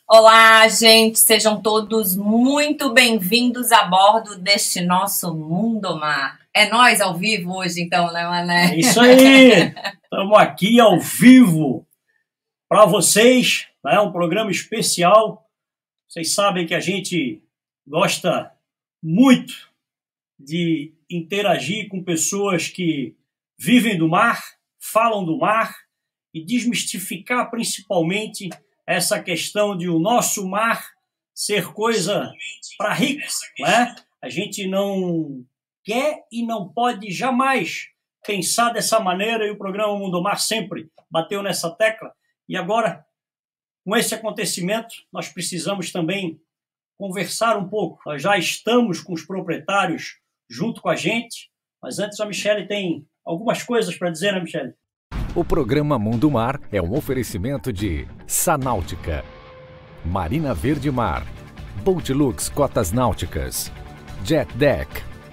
Olá, gente, sejam todos muito bem-vindos a bordo deste nosso Mundo Mar. É nós ao vivo hoje, então, né, Mané? É isso aí! Estamos aqui ao vivo para vocês, né? Um programa especial. Vocês sabem que a gente gosta muito de interagir com pessoas que vivem do mar, falam do mar e desmistificar principalmente essa questão de o nosso mar ser coisa para ricos, né? A gente não quer e não pode jamais pensar dessa maneira, e o programa Mundo Mar sempre bateu nessa tecla. E agora, com esse acontecimento, nós precisamos também conversar um pouco. Nós já estamos com os proprietários junto com a gente, mas antes a Michele tem algumas coisas para dizer, né, Michele? O programa Mundo Mar é um oferecimento de Sanáutica, Marina Verde Mar, Boatlux Cotas Náuticas, Jet Deck,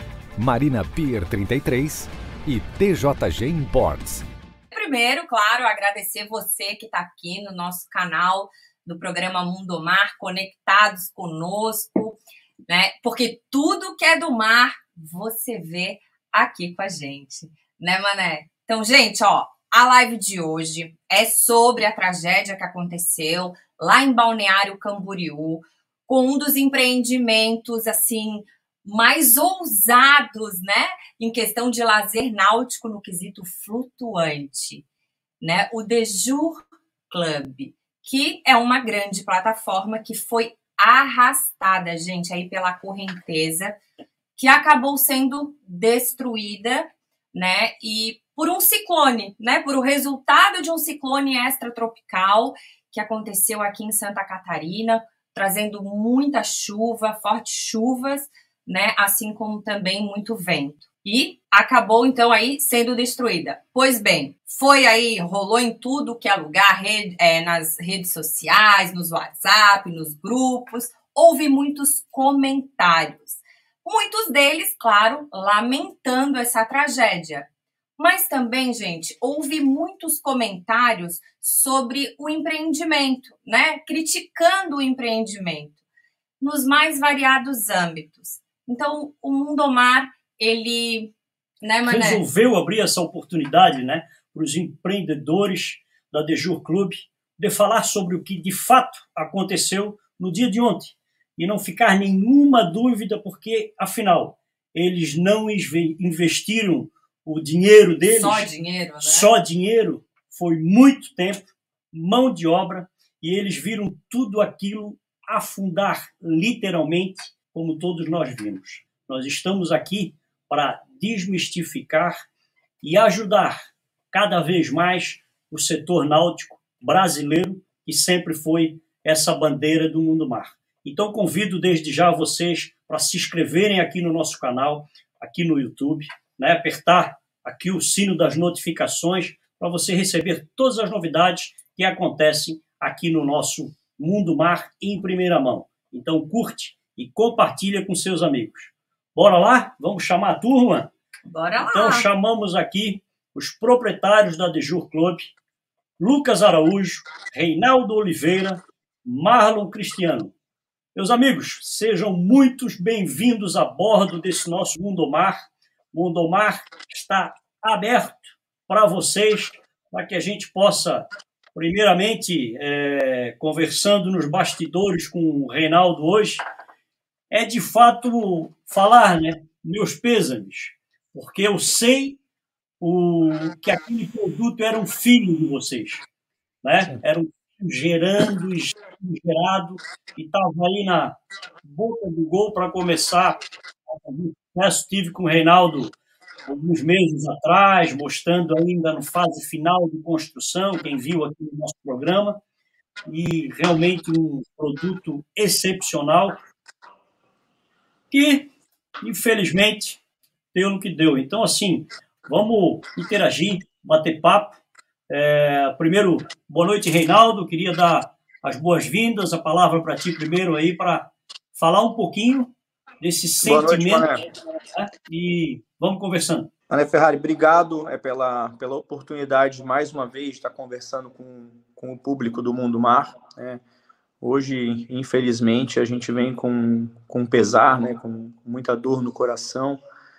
Marina Pier 33 e TJG Imports. Primeiro, claro, agradecer você que está aqui no nosso canal do programa Mundo Mar, conectados conosco, né? Porque tudo que é do mar, você vê aqui com a gente, né, Mané? Então, gente, ó, a live de hoje é sobre a tragédia que aconteceu lá em Balneário Camboriú, com um dos empreendimentos, assim, mais ousados, né, em questão de lazer náutico no quesito flutuante, né, o The Jour Club, que é uma grande plataforma que foi arrastada, gente, aí pela correnteza, que acabou sendo destruída, né, e por um ciclone, né, por o resultado de um ciclone extratropical que aconteceu aqui em Santa Catarina, trazendo muita chuva, fortes chuvas, né, assim como também muito vento. E acabou, então, aí sendo destruída. Pois bem, foi aí, rolou em tudo que é lugar, nas redes sociais, nos WhatsApp, nos grupos, houve muitos comentários. Muitos deles, claro, lamentando essa tragédia. Mas também, gente, houve muitos comentários sobre o empreendimento, né? Criticando o empreendimento, nos mais variados âmbitos. Então, o Mundo Mar, ele, né, Mané? Resolveu abrir essa oportunidade, né, para os empreendedores da The Jour Club de falar sobre o que de fato aconteceu no dia de ontem. E não ficar nenhuma dúvida, porque, afinal, eles não investiram o dinheiro deles. Só dinheiro, né? Só dinheiro. Foi muito tempo, mão de obra, e eles viram tudo aquilo afundar, literalmente, como todos nós vimos. Nós estamos aqui para desmistificar e ajudar cada vez mais o setor náutico brasileiro, que sempre foi essa bandeira do Mundo Mar. Então, convido desde já vocês para se inscreverem aqui no nosso canal, aqui no YouTube, né? Apertar aqui o sino das notificações para você receber todas as novidades que acontecem aqui no nosso Mundo Mar em primeira mão. Então, curte e compartilha com seus amigos. Bora lá? Vamos chamar a turma? Bora lá! Então, chamamos aqui os proprietários da The Jour Club, Lucas Araújo, Reinaldo Oliveira, Marlon Cristiano. Meus amigos, sejam muito bem-vindos a bordo desse nosso Mundo Mar. O Mundo Mar está aberto para vocês, para que a gente possa, primeiramente, conversando nos bastidores com o Reinaldo hoje, é de fato falar, né, meus pêsames, porque eu sei que aquele produto era um filho de vocês, né? Era um gerando, gerado, e estava aí na boca do gol para começar a fazer sucesso. Estive com o Reinaldo alguns meses atrás, mostrando ainda na fase final de construção, quem viu aqui no nosso programa, e realmente um produto excepcional que, infelizmente, deu no que deu. Então, assim, vamos interagir, bater papo. Primeiro, boa noite, Reinaldo. Queria dar as boas-vindas, a palavra para ti primeiro aí, para falar um pouquinho desse sentimento. Noite, né? E vamos conversando. Mané Ferrari, obrigado pela oportunidade de mais uma vez estar conversando com o público do Mundo Mar. Hoje, infelizmente, a gente vem com pesar, né, com muita dor no coração,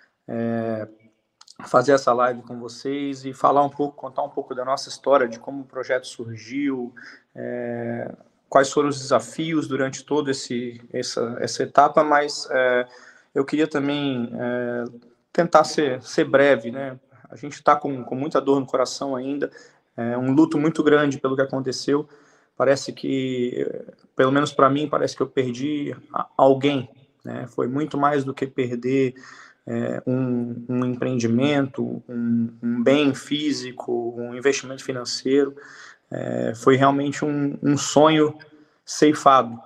fazer essa live com vocês e falar um pouco, contar um pouco da nossa história, de como o projeto surgiu, quais foram os desafios durante toda essa etapa, mas eu queria também tentar ser breve, né? A gente está com muita dor no coração ainda, um luto muito grande pelo que aconteceu. Parece que, pelo menos para mim, parece que eu perdi alguém, né? Foi muito mais do que perder um empreendimento, um bem físico, um investimento financeiro. Foi realmente um sonho ceifado.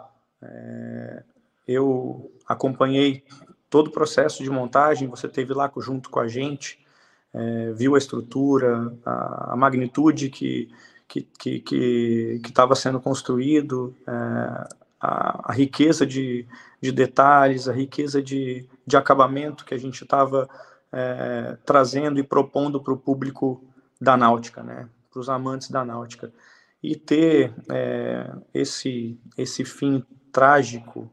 Eu acompanhei todo o processo de montagem, você esteve lá junto com a gente, viu a estrutura, a magnitude que estava sendo construído, a riqueza de detalhes, a riqueza de acabamento que a gente estava trazendo e propondo para o público da náutica, né, para os amantes da náutica. E ter esse fim trágico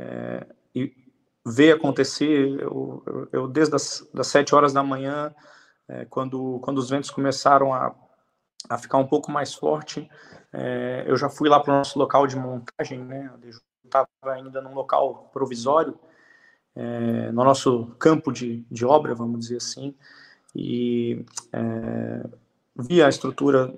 e ver acontecer, eu desde das 7 horas da manhã, quando os ventos começaram a ficar um pouco mais forte, eu já fui lá para o nosso local de montagem, né? Eu estava ainda num local provisório, no nosso campo de obra, vamos dizer assim, e vi a estrutura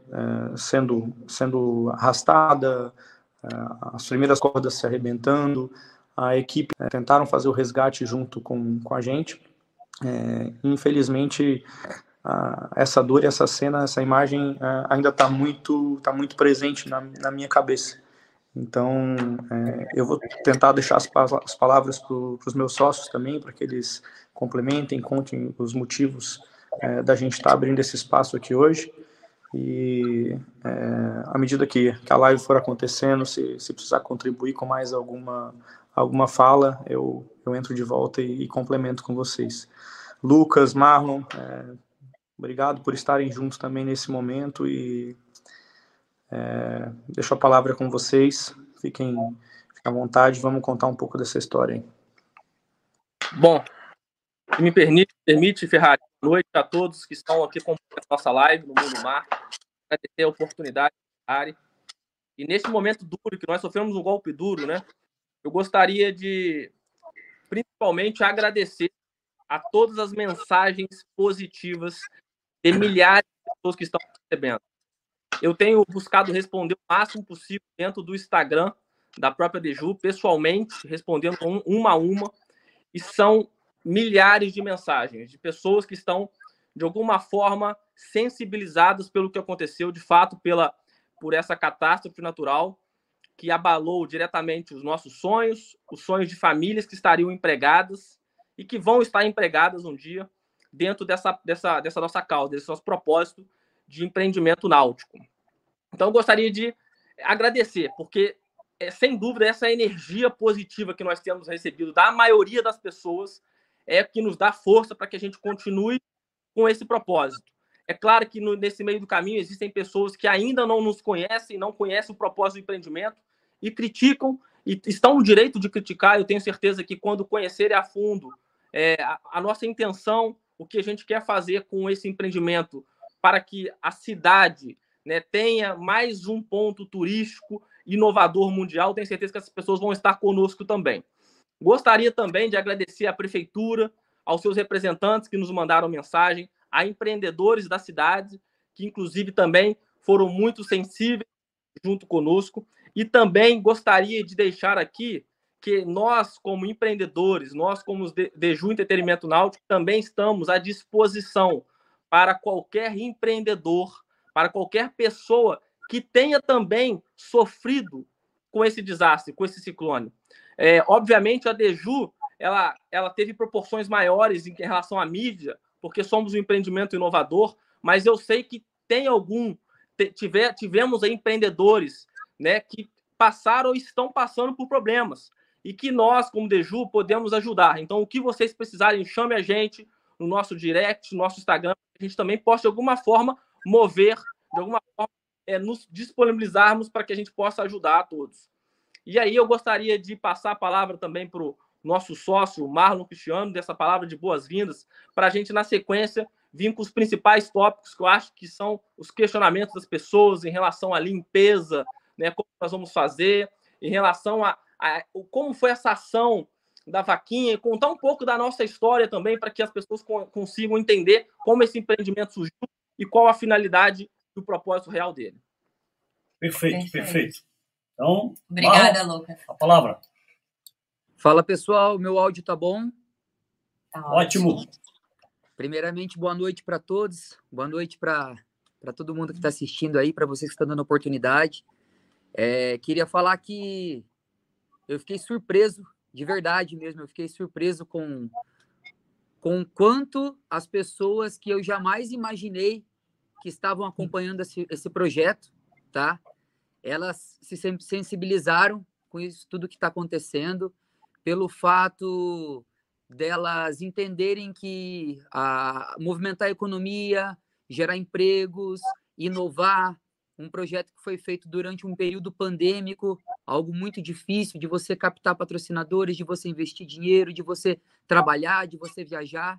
sendo arrastada, as primeiras cordas se arrebentando, a equipe tentaram fazer o resgate junto com a gente. Infelizmente, essa dor, essa cena, essa imagem ainda está muito presente na minha cabeça. Então, eu vou tentar deixar as palavras para os meus sócios também, para que eles complementem, contem os motivos da gente estar abrindo esse espaço aqui hoje. E à medida que a live for acontecendo, se precisar contribuir com mais alguma fala, eu entro de volta e complemento com vocês. Lucas, Marlon, obrigado por estarem juntos também nesse momento e deixo a palavra com vocês. Fiquem à vontade, vamos contar um pouco dessa história aí. Bom, me permite, Ferrari, boa noite a todos que estão aqui com a nossa live no Mundo Mar. Agradecer a oportunidade, Ferrari. E nesse momento duro, que nós sofremos um golpe duro, né? Eu gostaria de, principalmente, agradecer a todas as mensagens positivas de milhares de pessoas que estão recebendo. Eu tenho buscado responder o máximo possível dentro do Instagram da própria Deju, pessoalmente, respondendo uma a uma, e são milhares de mensagens de pessoas que estão, de alguma forma, sensibilizadas pelo que aconteceu, de fato, por essa catástrofe natural que abalou diretamente os nossos sonhos, os sonhos de famílias que estariam empregadas e que vão estar empregadas um dia dentro dessa nossa causa, desse nosso propósito de empreendimento náutico. Então, eu gostaria de agradecer, porque, sem dúvida, essa energia positiva que nós temos recebido da maioria das pessoas é que nos dá força para que a gente continue com esse propósito. É claro que nesse meio do caminho existem pessoas que ainda não nos conhecem, não conhecem o propósito do empreendimento e criticam, e estão no direito de criticar. Eu tenho certeza que quando conhecerem a fundo a nossa intenção, o que a gente quer fazer com esse empreendimento para que a cidade, né, tenha mais um ponto turístico inovador mundial, tenho certeza que essas pessoas vão estar conosco também. Gostaria também de agradecer à Prefeitura, aos seus representantes que nos mandaram mensagem, a empreendedores da cidade, que inclusive também foram muito sensíveis junto conosco, e também gostaria de deixar aqui que nós, como empreendedores, nós, como Deju Entretenimento Náutico, também estamos à disposição para qualquer empreendedor, para qualquer pessoa que tenha também sofrido com esse desastre, com esse ciclone. Obviamente, a Deju ela teve proporções maiores em relação à mídia, porque somos um empreendimento inovador, mas eu sei que tivemos aí empreendedores, né, que passaram ou estão passando por problemas e que nós, como Deju, podemos ajudar. Então, o que vocês precisarem, chame a gente no nosso direct, no nosso Instagram, a gente também possa, de alguma forma, mover, de alguma forma, nos disponibilizarmos para que a gente possa ajudar a todos. E aí eu gostaria de passar a palavra também para o nosso sócio, Marlon Cristiano, dessa palavra de boas-vindas, para a gente, na sequência, vir com os principais tópicos que eu acho que são os questionamentos das pessoas em relação à limpeza, né, como nós vamos fazer, em relação a como foi essa ação da vaquinha, e contar um pouco da nossa história também, para que as pessoas consigam entender como esse empreendimento surgiu e qual a finalidade e o propósito real dele. Perfeito. Então, obrigada, Marlon, Lucas. a palavra. Fala, pessoal, meu áudio tá bom? Tá Ótimo. Primeiramente, boa noite para todos, boa noite para todo mundo que está assistindo aí, para vocês que estão dando oportunidade. Queria falar que eu fiquei surpreso, de verdade mesmo, eu fiquei surpreso com quanto as pessoas que eu jamais imaginei que estavam acompanhando esse projeto, tá? Elas se sensibilizaram com isso, tudo que está acontecendo, pelo fato delas entenderem que movimentar a economia, gerar empregos, inovar, um projeto que foi feito durante um período pandêmico, algo muito difícil de você captar patrocinadores, de você investir dinheiro, de você trabalhar, de você viajar.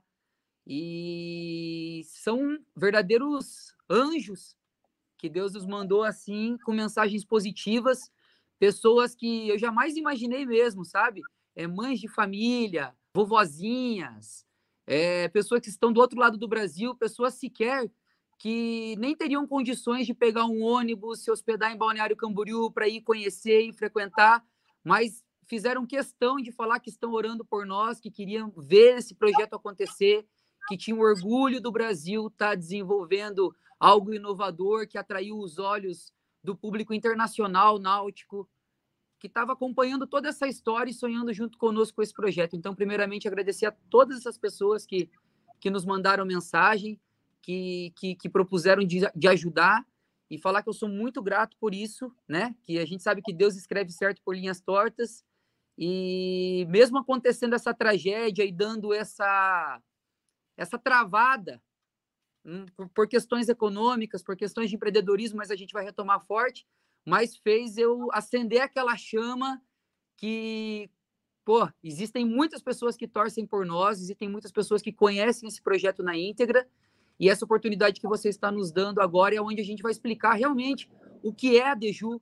E são verdadeiros anjos que Deus nos mandou assim, com mensagens positivas, pessoas que eu jamais imaginei mesmo, sabe? Mães de família, vovozinhas, pessoas que estão do outro lado do Brasil, pessoas sequer que nem teriam condições de pegar um ônibus, se hospedar em Balneário Camboriú para ir conhecer e frequentar, mas fizeram questão de falar que estão orando por nós, que queriam ver esse projeto acontecer, que tinham orgulho do Brasil estar desenvolvendo algo inovador que atraiu os olhos do público internacional náutico, que estava acompanhando toda essa história e sonhando junto conosco com esse projeto. Então, primeiramente, agradecer a todas essas pessoas que nos mandaram mensagem, que propuseram de ajudar, e falar que eu sou muito grato por isso, né? Que a gente sabe que Deus escreve certo por linhas tortas, e mesmo acontecendo essa tragédia e dando essa travada, por questões econômicas, por questões de empreendedorismo, mas a gente vai retomar forte, mas fez eu acender aquela chama que, existem muitas pessoas que torcem por nós, existem muitas pessoas que conhecem esse projeto na íntegra, e essa oportunidade que você está nos dando agora é onde a gente vai explicar realmente o que é a Deju,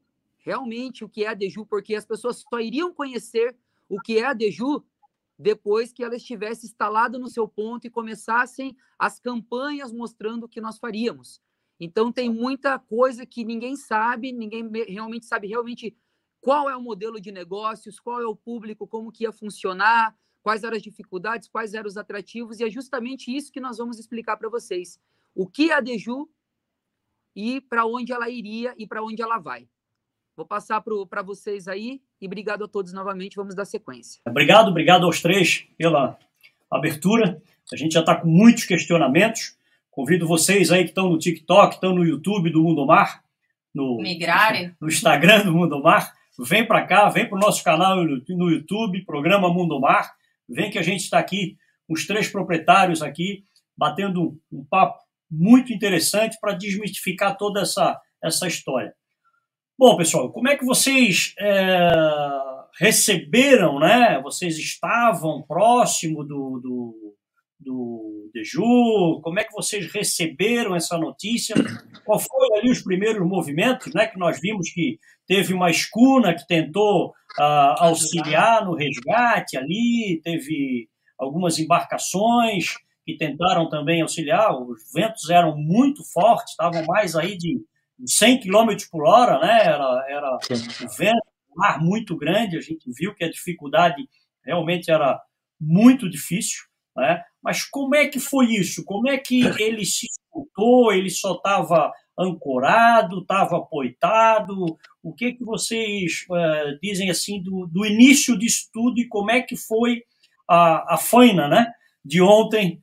porque as pessoas só iriam conhecer o que é a Deju depois que ela estivesse instalada no seu ponto e começassem as campanhas mostrando o que nós faríamos. Então, tem muita coisa que ninguém sabe, ninguém realmente sabe qual é o modelo de negócios, qual é o público, como que ia funcionar, quais eram as dificuldades, quais eram os atrativos, e é justamente isso que nós vamos explicar para vocês. O que é a Deju e para onde ela iria e para onde ela vai. Vou passar para vocês aí e obrigado a todos novamente. Vamos dar sequência. Obrigado aos três pela abertura. A gente já está com muitos questionamentos. Convido vocês aí que estão no TikTok, estão no YouTube do Mundomar, no Instagram do Mundomar. Vem para cá, vem para o nosso canal no YouTube, Programa Mundomar. Vem que a gente está aqui, os três proprietários aqui, batendo um papo muito interessante para desmistificar toda essa história. Bom, pessoal, como é que vocês receberam, né? Vocês estavam próximo do Deju? Como é que vocês receberam essa notícia? Qual foi ali os primeiros movimentos, né? Que nós vimos que teve uma escuna que tentou auxiliar no resgate ali, teve algumas embarcações que tentaram também auxiliar. Os ventos eram muito fortes, estavam mais aí de 100 km por hora, né? Era o vento, um mar muito grande. A gente viu que a dificuldade realmente era muito difícil, né? Mas como é que foi isso? Como é que ele se soltou? Ele só estava ancorado, estava apoitado? O que vocês dizem assim do início disso tudo e como é que foi a faina, né, de ontem,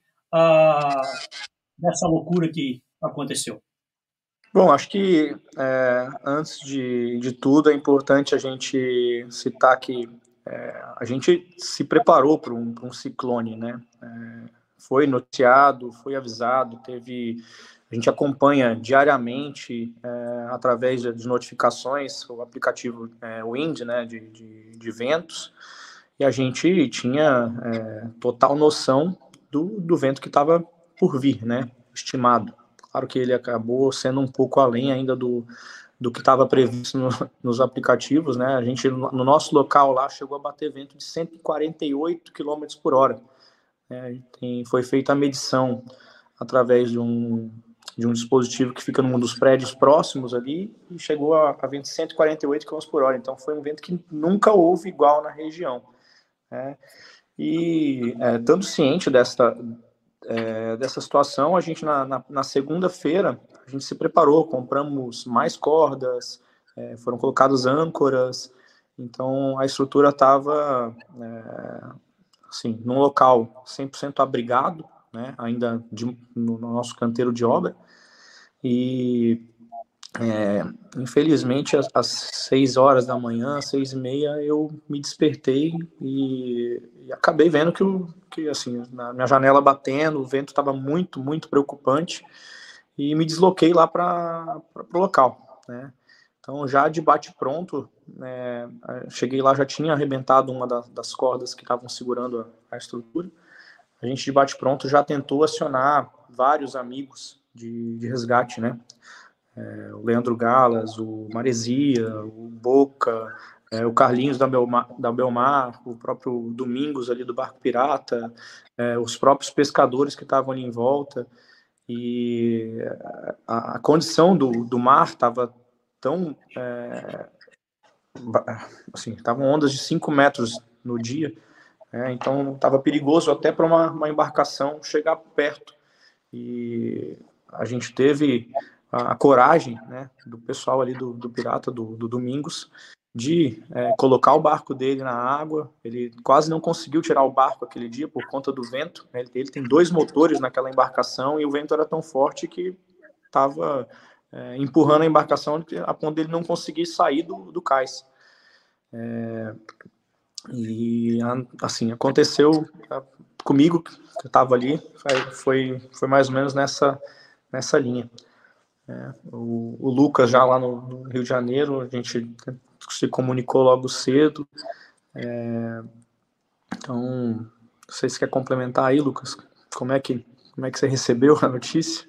dessa loucura que aconteceu? Bom, acho que antes de tudo é importante a gente citar que a gente se preparou para um ciclone, né? foi noticiado, foi avisado, a gente acompanha diariamente, através de notificações, o aplicativo Wind, né, de ventos, e a gente tinha total noção do vento que estava por vir, né, estimado. Claro que ele acabou sendo um pouco além ainda do que estava previsto nos aplicativos, né? A gente, no nosso local lá, chegou a bater vento de 148 km por hora. Foi feita a medição através de um dispositivo que fica num dos prédios próximos ali e chegou a vento de 148 km por hora. Então, foi um vento que nunca houve igual na região. E, estando ciente dessa situação, a gente, na segunda-feira, a gente se preparou, compramos mais cordas, foram colocadas âncoras, então a estrutura estava, assim, num local 100% abrigado, né, ainda no nosso canteiro de obra, e infelizmente às 6 horas da manhã, 6h30, eu me despertei e acabei vendo que assim, na minha janela batendo, o vento estava muito, muito preocupante, e me desloquei lá para o local, né? Então, já de bate-pronto, cheguei lá, já tinha arrebentado uma das cordas que estavam segurando a estrutura. A gente, de bate-pronto, já tentou acionar vários amigos de resgate, né? O Leandro Galas, o Maresia, o Boca, o Carlinhos da Belmar, o próprio Domingos ali do Barco Pirata, os próprios pescadores que estavam ali em volta. E a condição do mar estava tão... assim, estavam ondas de 5 metros no dia, então estava perigoso até para uma embarcação chegar perto. E a gente teve a coragem, né, do pessoal ali do Pirata, do Domingos, de colocar o barco dele na água. Ele quase não conseguiu tirar o barco aquele dia por conta do vento. Ele tem 2 motores naquela embarcação e o vento era tão forte que estava empurrando a embarcação a ponto dele não conseguir sair do cais. E assim, aconteceu comigo, que eu estava ali, foi mais ou menos nessa linha. O Lucas, já lá no Rio de Janeiro, a gente se comunicou logo cedo. Então, não sei se quer complementar aí, Lucas. Como é que você recebeu a notícia?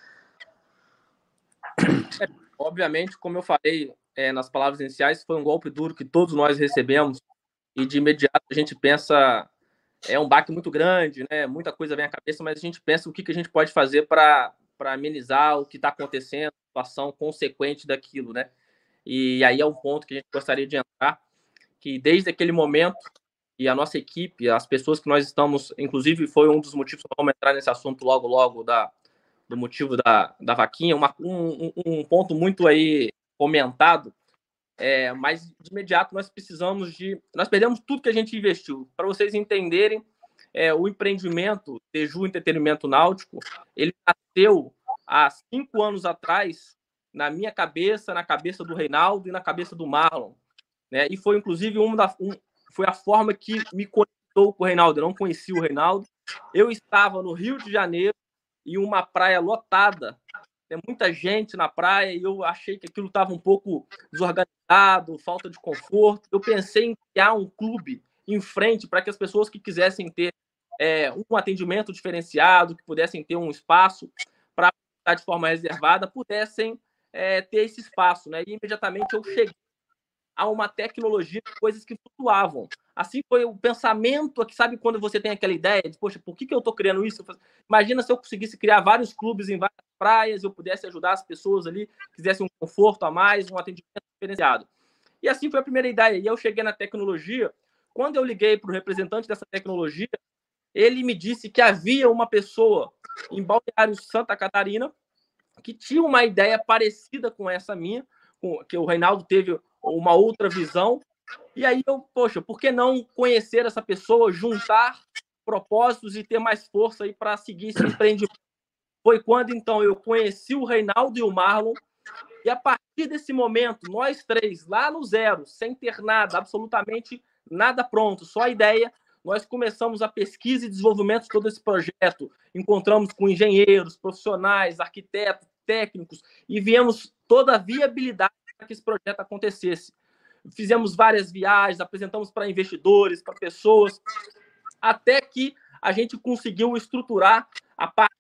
Obviamente, como eu falei nas palavras iniciais, foi um golpe duro que todos nós recebemos, e de imediato a gente pensa, um baque muito grande, né? Muita coisa vem à cabeça, mas a gente pensa o que a gente pode fazer para amenizar o que está acontecendo, a situação consequente daquilo, né? E aí é um ponto que a gente gostaria de entrar, que desde aquele momento, e a nossa equipe, as pessoas que nós estamos, inclusive foi um dos motivos, vamos entrar nesse assunto logo, do motivo da vaquinha, um ponto muito aí comentado, mas de imediato nós perdemos tudo que a gente investiu. Para vocês entenderem, o empreendimento Teju Entretenimento Náutico, ele nasceu há 5 anos atrás, na minha cabeça, na cabeça do Reinaldo e na cabeça do Marlon, né? E foi inclusive foi a forma que me conectou com o Reinaldo. Eu não conhecia o Reinaldo, eu estava no Rio de Janeiro, em uma praia lotada, tem muita gente na praia, e eu achei que aquilo estava um pouco desorganizado, falta de conforto. Eu pensei em criar um clube em frente para que as pessoas que quisessem ter um atendimento diferenciado, que pudessem ter um espaço para estar de forma reservada, pudessem ter esse espaço, né? E imediatamente eu cheguei a uma tecnologia de coisas que flutuavam. Assim foi o pensamento, que sabe quando você tem aquela ideia de, poxa, por que eu estou criando isso? Imagina se eu conseguisse criar vários clubes em várias praias, eu pudesse ajudar as pessoas ali, quisessem um conforto a mais, um atendimento diferenciado. E assim foi a primeira ideia. E eu cheguei na tecnologia. Quando eu liguei para o representante dessa tecnologia, ele me disse que havia uma pessoa em Balneário Santa Catarina que tinha uma ideia parecida com essa minha, que o Reinaldo teve uma outra visão. E aí poxa, por que não conhecer essa pessoa, juntar propósitos e ter mais força aí para seguir esse empreendimento? Foi quando, então, eu conheci o Reinaldo e o Marlon, e a partir desse momento, nós 3, lá no zero, sem ter nada, absolutamente nada pronto, só a ideia, nós começamos a pesquisa e desenvolvimento de todo esse projeto. Encontramos com engenheiros, profissionais, arquitetos, técnicos, e viemos toda a viabilidade para que esse projeto acontecesse. Fizemos várias viagens, apresentamos para investidores, para pessoas, até que a gente conseguiu estruturar a parte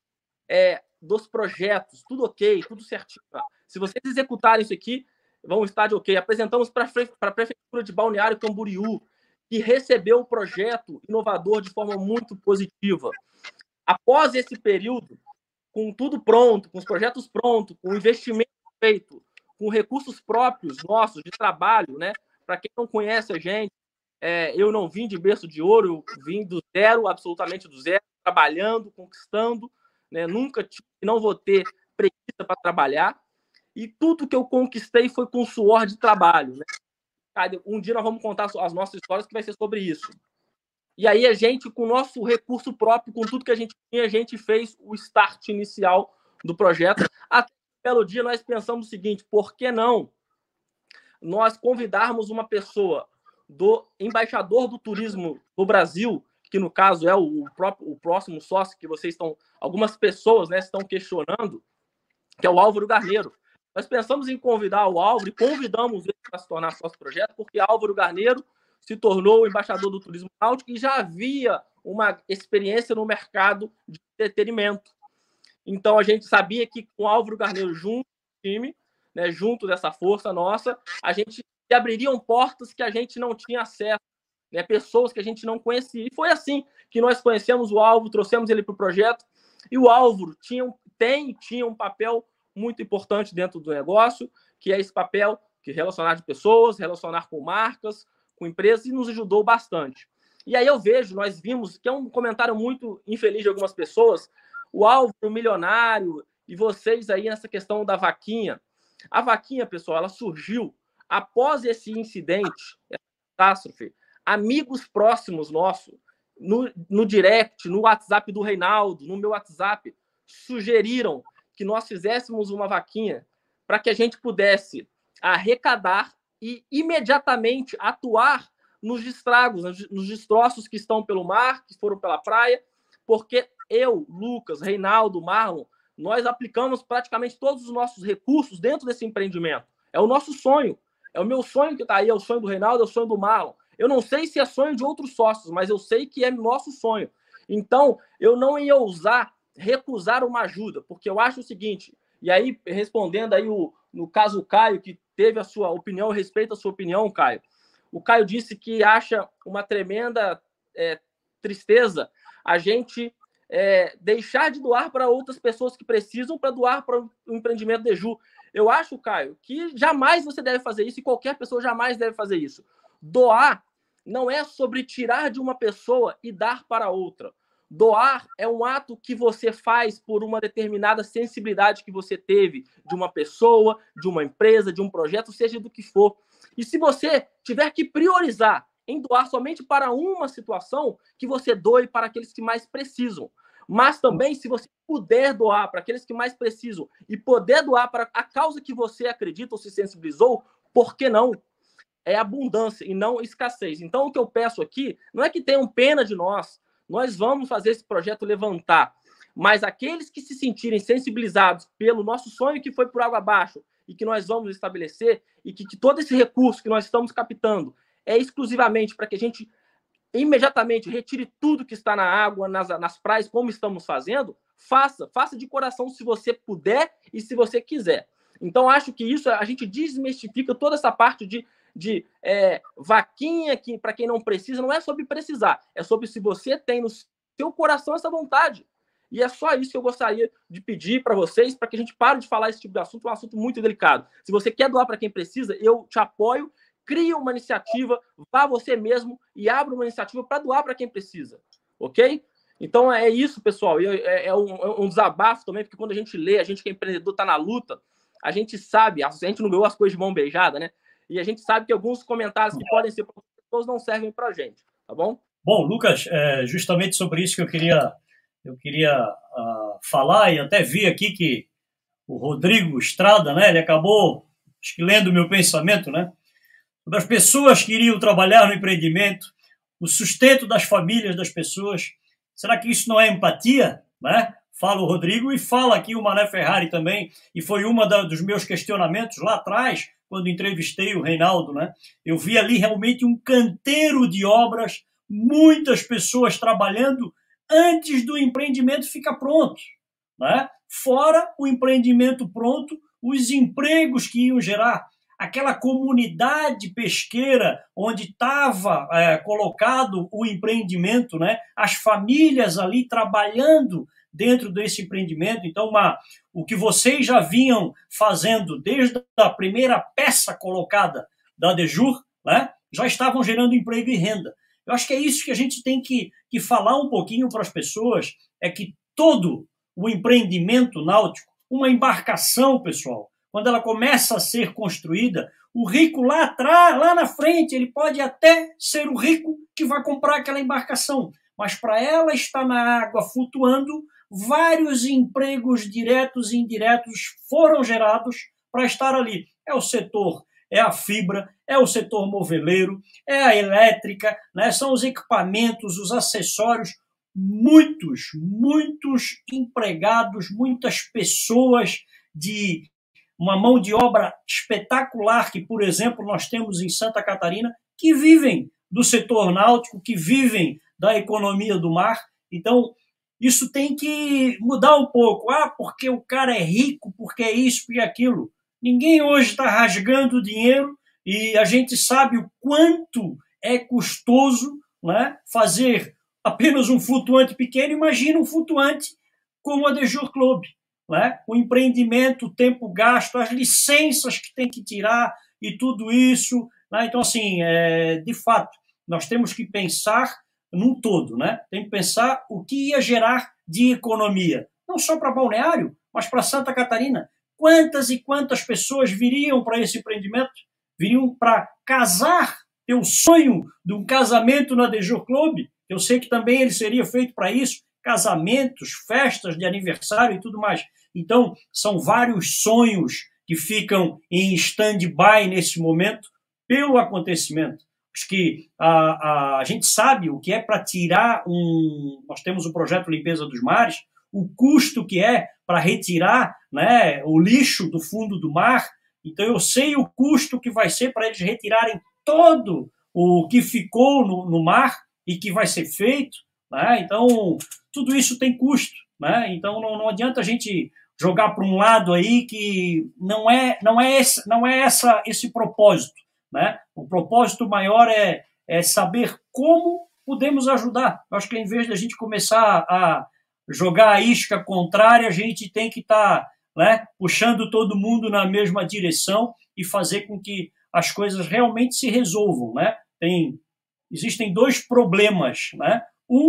dos projetos, tudo ok, tudo certinho. Se vocês executarem isso aqui, vão estar de ok. Apresentamos para a Prefeitura de Balneário Camboriú, que recebeu o projeto inovador de forma muito positiva. Após esse período, com tudo pronto, com os projetos prontos, com o investimento feito, com recursos próprios nossos de trabalho, né? Para quem não conhece a gente, eu não vim de berço de ouro, eu vim do zero, absolutamente do zero, trabalhando, conquistando, né? Nunca tive, não vou ter preguiça para trabalhar, e tudo que eu conquistei foi com suor de trabalho, né? Um dia nós vamos contar as nossas histórias, que vai ser sobre isso. E aí a gente, com o nosso recurso próprio, com tudo que a gente tinha, a gente fez o start inicial do projeto. Até um belo dia nós pensamos o seguinte: por que não nós convidarmos uma pessoa do embaixador do turismo do Brasil, que no caso é o próximo sócio que vocês estão, algumas pessoas, né, estão questionando, que é o Álvaro Garneiro. Nós pensamos em convidar o Álvaro e convidamos ele para se tornar sócio do projeto, porque Álvaro Garneiro se tornou o embaixador do turismo náutico e já havia uma experiência no mercado de entretenimento. Então, a gente sabia que com o Álvaro Garneiro junto do time, né, junto dessa força nossa, a gente abririam portas que a gente não tinha acesso, né, pessoas que a gente não conhecia. E foi assim que nós conhecemos o Álvaro, trouxemos ele para o projeto, e o Álvaro tinha um papel muito importante dentro do negócio, que é esse papel que relacionar de pessoas, relacionar com marcas, com empresas, e nos ajudou bastante. E aí nós vimos, que é um comentário muito infeliz de algumas pessoas, o Álvaro milionário, e vocês aí nessa questão da vaquinha. A vaquinha, pessoal, ela surgiu após esse incidente, essa catástrofe. Amigos próximos nossos, no direct, no WhatsApp do Reinaldo, no meu WhatsApp, sugeriram que nós fizéssemos uma vaquinha para que a gente pudesse arrecadar e imediatamente atuar nos estragos, nos destroços que estão pelo mar, que foram pela praia, porque eu, Lucas, Reinaldo, Marlon, nós aplicamos praticamente todos os nossos recursos dentro desse empreendimento. É o nosso sonho. É o meu sonho que está aí, é o sonho do Reinaldo, é o sonho do Marlon. Eu não sei se é sonho de outros sócios, mas eu sei que é nosso sonho. Então, eu não ia ousar recusar uma ajuda, porque eu acho o seguinte, e aí respondendo aí no caso o Caio, que teve a sua opinião, eu respeito a sua opinião, Caio. O Caio disse que acha uma tremenda tristeza a gente deixar de doar para outras pessoas que precisam para doar para o empreendimento de Ju. Eu acho, Caio, que jamais você deve fazer isso e qualquer pessoa jamais deve fazer isso. Doar não é sobre tirar de uma pessoa e dar para outra. Doar é um ato que você faz por uma determinada sensibilidade que você teve de uma pessoa, de uma empresa, de um projeto, seja do que for. E se você tiver que priorizar em doar somente para uma situação, que você doe para aqueles que mais precisam. Mas também, se você puder doar para aqueles que mais precisam e poder doar para a causa que você acredita ou se sensibilizou, por que não? É abundância e não escassez. Então, o que eu peço aqui não é que tenham pena de nós. Nós vamos fazer esse projeto levantar. Mas aqueles que se sentirem sensibilizados pelo nosso sonho que foi por água abaixo e que nós vamos estabelecer e que todo esse recurso que nós estamos captando é exclusivamente para que a gente imediatamente retire tudo que está na água, nas praias, como estamos fazendo, faça de coração se você puder e se você quiser. Então, acho que isso, a gente desmistifica toda essa parte de vaquinha que para quem não precisa, não é sobre precisar, é sobre se você tem no seu coração essa vontade. E é só isso que eu gostaria de pedir para vocês, para que a gente pare de falar esse tipo de assunto, é um assunto muito delicado. Se você quer doar para quem precisa, eu te apoio, crie uma iniciativa, vá você mesmo e abra uma iniciativa para doar para quem precisa, ok? Então é isso, pessoal, é um desabafo também, porque quando a gente lê, a gente que é empreendedor está na luta, a gente sabe, a gente não ganhou as coisas de mão beijada, né? E a gente sabe que alguns comentários que podem ser para pessoas não servem para a gente, tá bom? Bom, Lucas, justamente sobre isso que eu queria falar, e até vi aqui que o Rodrigo Estrada, né, ele acabou, acho que lendo o meu pensamento, né, sobre as pessoas que iriam trabalhar no empreendimento, o sustento das famílias das pessoas. Será que isso não é empatia? Né? Fala o Rodrigo e fala aqui o Mané Ferrari também, e foi dos meus questionamentos lá atrás, quando entrevistei o Reinaldo, né? Eu vi ali realmente um canteiro de obras, muitas pessoas trabalhando antes do empreendimento ficar pronto, né? Fora o empreendimento pronto, os empregos que iam gerar, aquela comunidade pesqueira onde estava colocado o empreendimento, né? As famílias ali trabalhando dentro desse empreendimento. Então, o que vocês já vinham fazendo desde a primeira peça colocada da Dejur, né? Já estavam gerando emprego e renda. Eu acho que é isso que a gente tem que falar um pouquinho para as pessoas, é que todo o empreendimento náutico, uma embarcação, pessoal, quando ela começa a ser construída, o rico lá atrás, lá na frente, ele pode até ser o rico que vai comprar aquela embarcação, mas para ela estar na água flutuando, vários empregos diretos e indiretos foram gerados para estar ali. É o setor, é a fibra, é o setor moveleiro, é a elétrica, né? São os equipamentos, os acessórios, muitos empregados, muitas pessoas de uma mão de obra espetacular que, por exemplo, nós temos em Santa Catarina, que vivem do setor náutico, que vivem da economia do mar. Então, isso tem que mudar um pouco. Porque o cara é rico, porque é isso e aquilo. Ninguém hoje está rasgando dinheiro e a gente sabe o quanto é custoso, né, fazer apenas um flutuante pequeno. Imagina um flutuante como a Dejur Club. Né? O empreendimento, o tempo gasto, as licenças que tem que tirar e tudo isso. Né? Então, assim, de fato, nós temos que pensar num todo. Né? Tem que pensar o que ia gerar de economia, não só para Balneário, mas para Santa Catarina. Quantas e quantas pessoas viriam para esse empreendimento? Viriam para casar, ter o sonho de um casamento na Dejur Club. Eu sei que também ele seria feito para isso, casamentos, festas de aniversário e tudo mais. Então, são vários sonhos que ficam em stand-by nesse momento pelo acontecimento. Acho que a gente sabe o que é para tirar Nós temos o projeto Limpeza dos Mares, o custo que é para retirar, né, o lixo do fundo do mar. Então, eu sei o custo que vai ser para eles retirarem todo o que ficou no mar e que vai ser feito. Né? Então, tudo isso tem custo. Né? Então, não adianta a gente jogar para um lado aí que não é esse propósito. Né? O propósito maior é saber como podemos ajudar. Eu acho que, em vez de a gente começar a jogar a isca contrária, a gente tem que estar né, puxando todo mundo na mesma direção e fazer com que as coisas realmente se resolvam. Né? Existem dois problemas. Né?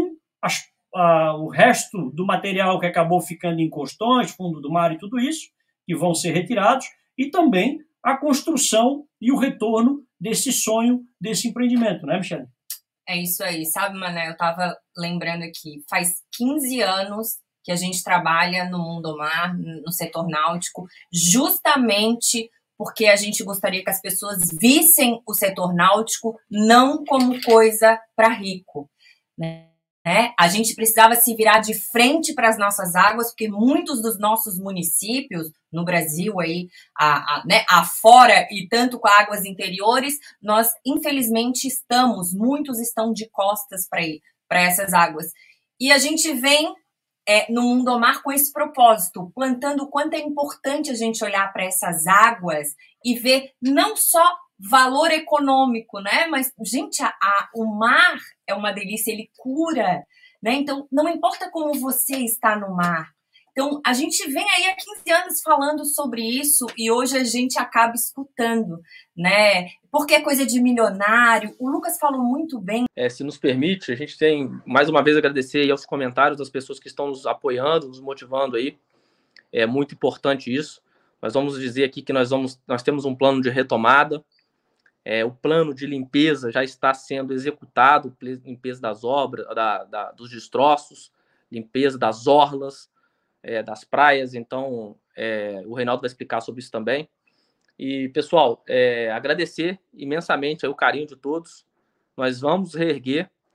O resto do material que acabou ficando em costões, fundo do mar e tudo isso, que vão ser retirados, e também a construção e o retorno desse sonho, desse empreendimento, né, Michele? É isso aí, sabe, Mané? Eu estava lembrando aqui, faz 15 anos que a gente trabalha no Mundo Mar, no setor náutico, justamente porque a gente gostaria que as pessoas vissem o setor náutico não como coisa para rico, né? A gente precisava se virar de frente para as nossas águas, porque muitos dos nossos municípios no Brasil, aí, afora e tanto com águas interiores, nós infelizmente muitos estão de costas para essas águas. E a gente vem no Mundo Mar com esse propósito, plantando o quanto é importante a gente olhar para essas águas e ver não só valor econômico, né? Mas, gente, o mar é uma delícia, ele cura, né? Então, não importa como você está no mar. Então, a gente vem aí há 15 anos falando sobre isso e hoje a gente acaba escutando, né? Porque é coisa de milionário. O Lucas falou muito bem. Se nos permite, a gente tem, mais uma vez, agradecer aí aos comentários das pessoas que estão nos apoiando, nos motivando aí. É muito importante isso. Nós vamos dizer aqui que nós temos um plano de retomada. O plano de limpeza já está sendo executado, limpeza das obras, dos destroços, limpeza das orlas, das praias. Então, o Reinaldo vai explicar sobre isso também. E, pessoal, agradecer imensamente aí o carinho de todos. Nós vamos reerguer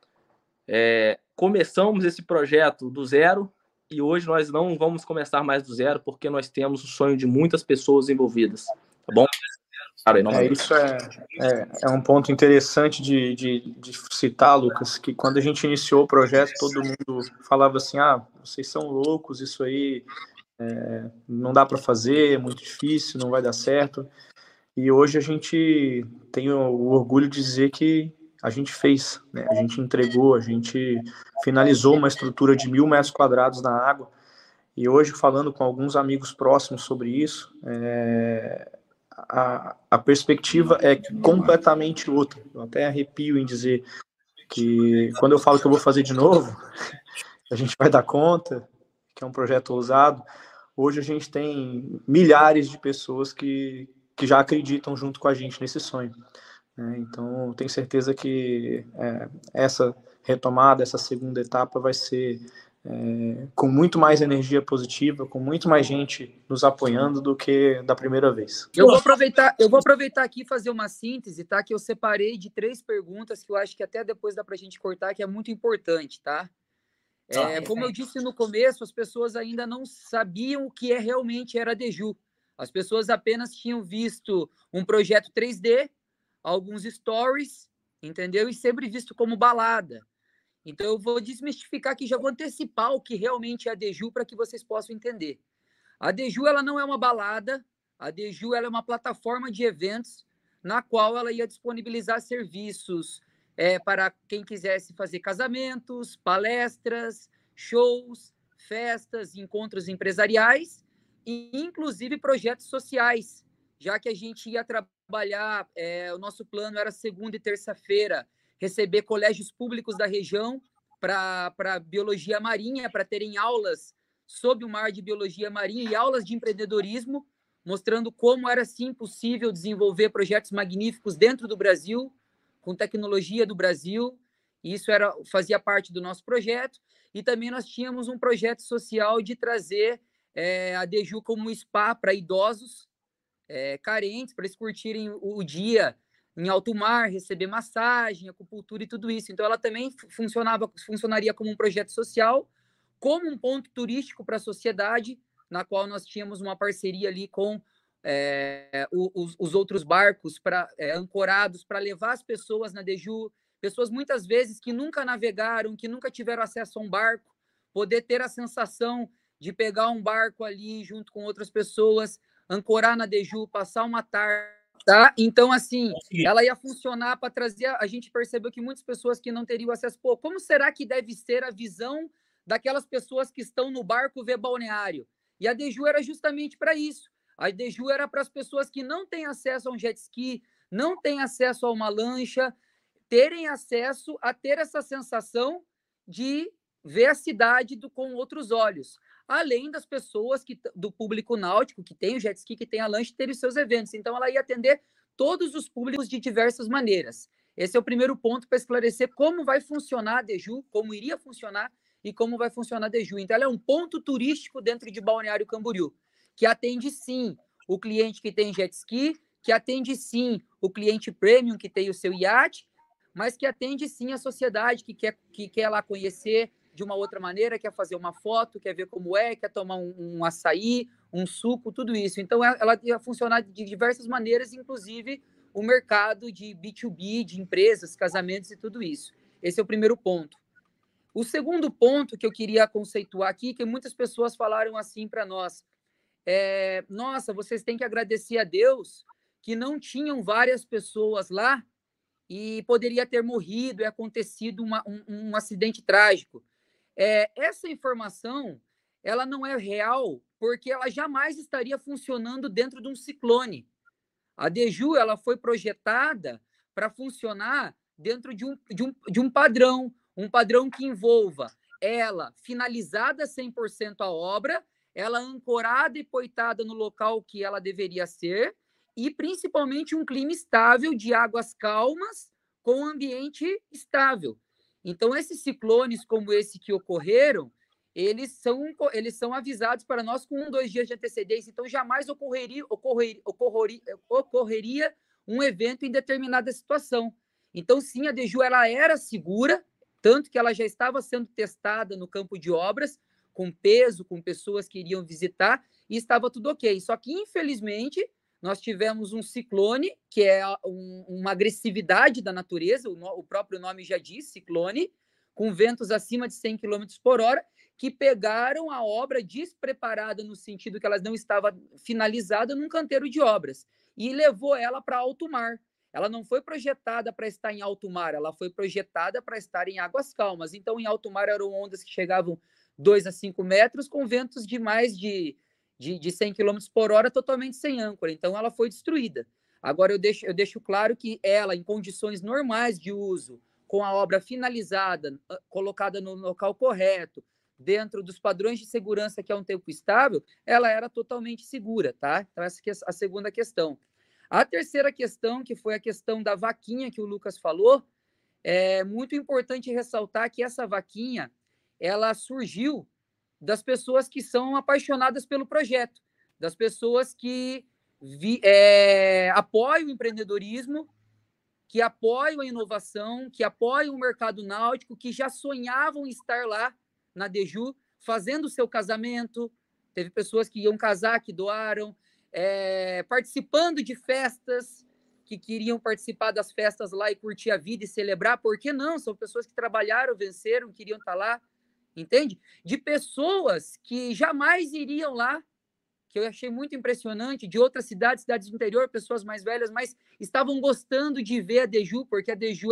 Começamos esse projeto do zero e hoje nós não vamos começar mais do zero porque nós temos o sonho de muitas pessoas envolvidas, tá bom? Isso é um ponto interessante de citar, Lucas, que quando a gente iniciou o projeto, todo mundo falava assim, vocês são loucos, isso aí não dá para fazer, é muito difícil, não vai dar certo. E hoje a gente tem o orgulho de dizer que a gente fez, né? A gente entregou, a gente finalizou uma estrutura de 1.000 metros quadrados na água. E hoje, falando com alguns amigos próximos sobre isso, a perspectiva é completamente outra. Eu até arrepio em dizer que quando eu falo que eu vou fazer de novo, a gente vai dar conta, que é um projeto ousado. Hoje a gente tem milhares de pessoas que já acreditam junto com a gente nesse sonho. Então, tenho certeza que essa retomada, essa segunda etapa vai ser com muito mais energia positiva, com muito mais gente nos apoiando do que da primeira vez. Eu vou aproveitar aqui e fazer uma síntese, tá? Que eu separei de 3 perguntas que eu acho que até depois dá para a gente cortar, que é muito importante, tá? Como eu disse no começo, as pessoas ainda não sabiam o que realmente era a Deju. As pessoas apenas tinham visto um projeto 3D, alguns stories, entendeu? E sempre visto como balada. Então, eu vou desmistificar aqui, já vou antecipar o que realmente é a Deju para que vocês possam entender. A Deju, ela não é uma balada, a Deju ela é uma plataforma de eventos na qual ela ia disponibilizar serviços para quem quisesse fazer casamentos, palestras, shows, festas, encontros empresariais e, inclusive, projetos sociais, já que a gente ia trabalhar, o nosso plano era segunda e terça-feira, receber colégios públicos da região para biologia marinha, para terem aulas sobre o mar de biologia marinha e aulas de empreendedorismo, mostrando como era, sim, possível desenvolver projetos magníficos dentro do Brasil, com tecnologia do Brasil. Isso fazia parte do nosso projeto. E também nós tínhamos um projeto social de trazer a Deju como um spa para idosos carentes, para eles curtirem o dia em alto mar, receber massagem, acupuntura e tudo isso. Então, ela também funcionaria como um projeto social, como um ponto turístico para a sociedade, na qual nós tínhamos uma parceria ali com os outros barcos ancorados para levar as pessoas na Deju, pessoas muitas vezes que nunca navegaram, que nunca tiveram acesso a um barco, poder ter a sensação de pegar um barco ali junto com outras pessoas, ancorar na Deju, passar uma tarde. Tá? Então, assim, ela ia funcionar para trazer... A gente percebeu que muitas pessoas que não teriam acesso... como será que deve ser a visão daquelas pessoas que estão no barco ver balneário? E a Deju era justamente para isso. A Deju era para as pessoas que não têm acesso a um jet ski, não têm acesso a uma lancha, terem acesso a ter essa sensação de ver a cidade com outros olhos. Além das pessoas do público náutico, que tem o jet ski, que tem a lancha, terem os seus eventos. Então, ela ia atender todos os públicos de diversas maneiras. Esse é o primeiro ponto para esclarecer como vai funcionar a Deju, como iria funcionar e como vai funcionar a Deju. Então, ela é um ponto turístico dentro de Balneário Camboriú, que atende, sim, o cliente que tem jet ski, que atende, sim, o cliente premium que tem o seu iate, mas que atende, sim, a sociedade que quer lá conhecer de uma outra maneira, quer fazer uma foto, quer ver como quer tomar um açaí, um suco, tudo isso. Então, ela ia funcionar de diversas maneiras, inclusive o mercado de B2B, de empresas, casamentos e tudo isso. Esse é o primeiro ponto. O segundo ponto que eu queria conceituar aqui, que muitas pessoas falaram assim para nós, nossa, vocês têm que agradecer a Deus que não tinham várias pessoas lá e poderia ter morrido e acontecido um acidente trágico. Essa informação, ela não é real, porque ela jamais estaria funcionando dentro de um ciclone. A Deju, ela foi projetada para funcionar dentro de um padrão que envolva ela finalizada 100% a obra, ela ancorada e poitada no local que ela deveria ser, e principalmente um clima estável de águas calmas com ambiente estável. Então, esses ciclones como esse que ocorreram, eles são avisados para nós com 1, 2 dias de antecedência. Então, jamais ocorreria um evento em determinada situação. Então, sim, a Deju ela era segura, Tanto que ela já estava sendo testada no campo de obras, com peso, com pessoas que iriam visitar, e estava tudo ok. Só que, infelizmente, nós tivemos um ciclone, que é uma agressividade da natureza, o próprio nome já diz, ciclone, com ventos acima de 100 km por hora, que pegaram a obra despreparada no sentido que ela não estava finalizada num canteiro de obras e levou ela para alto mar. Ela não foi projetada para estar em alto mar, ela foi projetada para estar em águas calmas. Então, em alto mar eram ondas que chegavam 2 a 5 metros com ventos de mais de 100 km por hora totalmente sem âncora. Então, ela foi destruída. Agora, eu deixo claro que ela, em condições normais de uso, com a obra finalizada, colocada no local correto, dentro dos padrões de segurança, que é um tempo estável, ela era totalmente segura, tá? Então, essa é a segunda questão. A terceira questão, que foi a questão da vaquinha que o Lucas falou, é muito importante ressaltar que essa vaquinha, ela surgiu das pessoas que são apaixonadas pelo projeto, das pessoas que apoiam o empreendedorismo, que apoiam a inovação, que apoiam o mercado náutico, que já sonhavam em estar lá na Deju, fazendo o seu casamento. Teve pessoas que iam casar, que doaram, participando de festas, que queriam participar das festas lá e curtir a vida e celebrar. Por que não? São pessoas que trabalharam, venceram, queriam estar lá, entende? De pessoas que jamais iriam lá, que eu achei muito impressionante, de outras cidades do interior, pessoas mais velhas, mas estavam gostando de ver a Deju, porque a Deju,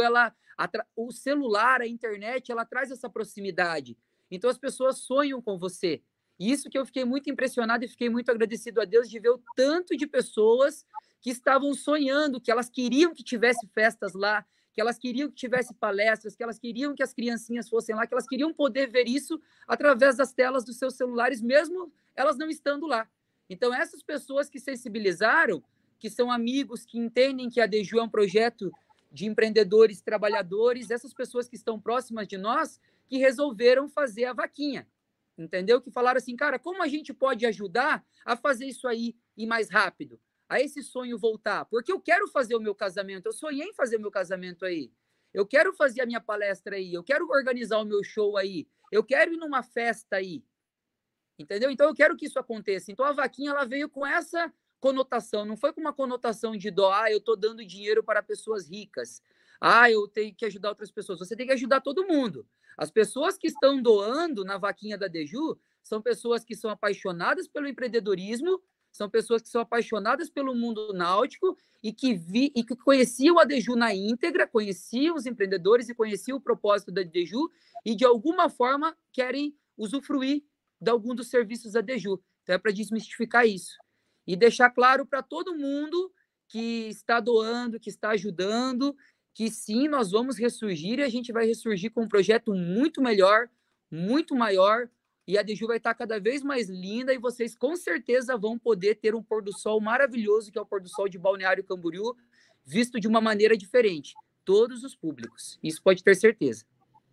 o celular, a internet, ela traz essa proximidade. Então, as pessoas sonham com você. E isso que eu fiquei muito impressionado e fiquei muito agradecido a Deus de ver o tanto de pessoas que estavam sonhando, que elas queriam que tivesse festas lá, que elas queriam que tivesse palestras, que elas queriam que as criancinhas fossem lá, que elas queriam poder ver isso através das telas dos seus celulares, mesmo elas não estando lá. Então, essas pessoas que sensibilizaram, que são amigos, que entendem que a Deju é um projeto de empreendedores, trabalhadores, essas pessoas que estão próximas de nós, que resolveram fazer a vaquinha, entendeu? Que falaram assim, cara, como a gente pode ajudar a fazer isso aí ir mais rápido? A esse sonho voltar? Porque eu quero fazer o meu casamento, eu sonhei em fazer o meu casamento aí. Eu quero fazer a minha palestra aí, eu quero organizar o meu show aí, eu quero ir numa festa aí. Entendeu? Então, eu quero que isso aconteça. Então, a vaquinha, ela veio com essa conotação. Não foi com uma conotação de doar, eu estou dando dinheiro para pessoas ricas. Eu tenho que ajudar outras pessoas. Você tem que ajudar todo mundo. As pessoas que estão doando na vaquinha da Deju são pessoas que são apaixonadas pelo empreendedorismo, são pessoas que são apaixonadas pelo mundo náutico e que conheciam a Deju na íntegra, conheciam os empreendedores e conheciam o propósito da Deju e, de alguma forma, querem usufruir de algum dos serviços da Deju. Então, é para desmistificar isso. E deixar claro para todo mundo que está doando, que está ajudando, que sim, nós vamos ressurgir e a gente vai ressurgir com um projeto muito melhor, muito maior, e a Deju vai estar cada vez mais linda e vocês com certeza vão poder ter um pôr do sol maravilhoso, que é o pôr do sol de Balneário Camboriú, visto de uma maneira diferente. Todos os públicos. Isso pode ter certeza.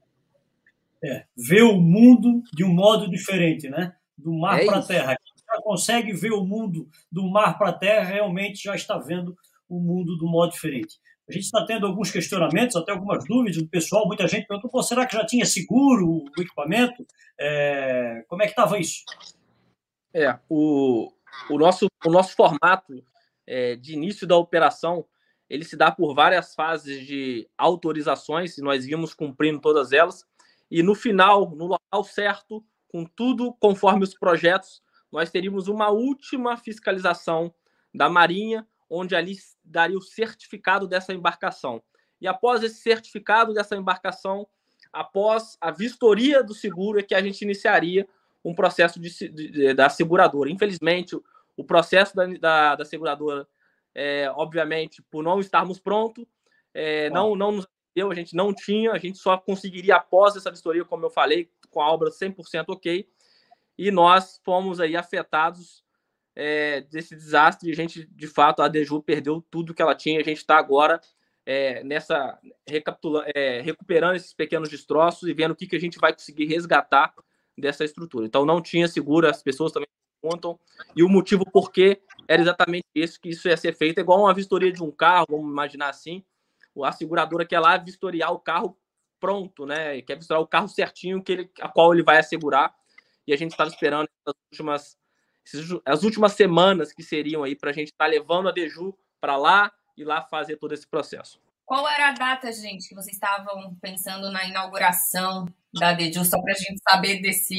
Ver o mundo de um modo diferente, né? Do mar para a terra. Quem já consegue ver o mundo do mar para a terra, realmente já está vendo o mundo de um modo diferente. A gente está tendo alguns questionamentos, até algumas dúvidas do pessoal. Muita gente perguntou, será que já tinha seguro o equipamento? Como é que estava isso? O nosso formato de início da operação, ele se dá por várias fases de autorizações, e nós íamos cumprindo todas elas. E no final, no local certo, com tudo conforme os projetos, nós teríamos uma última fiscalização da Marinha, onde ali daria o certificado dessa embarcação. E após esse certificado dessa embarcação, após a vistoria do seguro, é que a gente iniciaria um processo da seguradora. Infelizmente, o processo da seguradora, obviamente, por não estarmos prontos, não nos deu, a gente não tinha, a gente só conseguiria após essa vistoria, como eu falei, com a obra 100% ok, e nós fomos aí afetados desse desastre, e a gente, de fato, a Deju perdeu tudo que ela tinha, a gente está agora recuperando esses pequenos destroços e vendo o que a gente vai conseguir resgatar dessa estrutura. Então, não tinha seguro, as pessoas também perguntam, e o motivo por que era exatamente isso, que isso ia ser feito, igual uma vistoria de um carro, vamos imaginar assim, a seguradora quer lá vistoriar o carro pronto, né? Quer vislumbrar o carro certinho a qual ele vai assegurar. E a gente estava esperando as últimas semanas que seriam aí para a gente estar levando a Deju para lá e lá fazer todo esse processo. Qual era a data, gente, que vocês estavam pensando na inauguração da Deju, só para a gente saber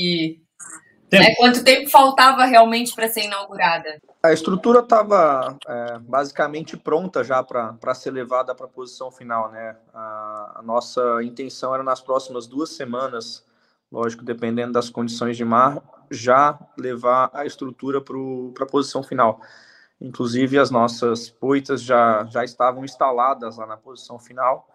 quanto tempo faltava realmente para ser inaugurada? A estrutura estava basicamente pronta já para ser levada para a posição final, né? A nossa intenção era nas próximas 2 semanas, lógico, dependendo das condições de mar, já levar a estrutura para a posição final. Inclusive, as nossas poitas já estavam instaladas lá na posição final.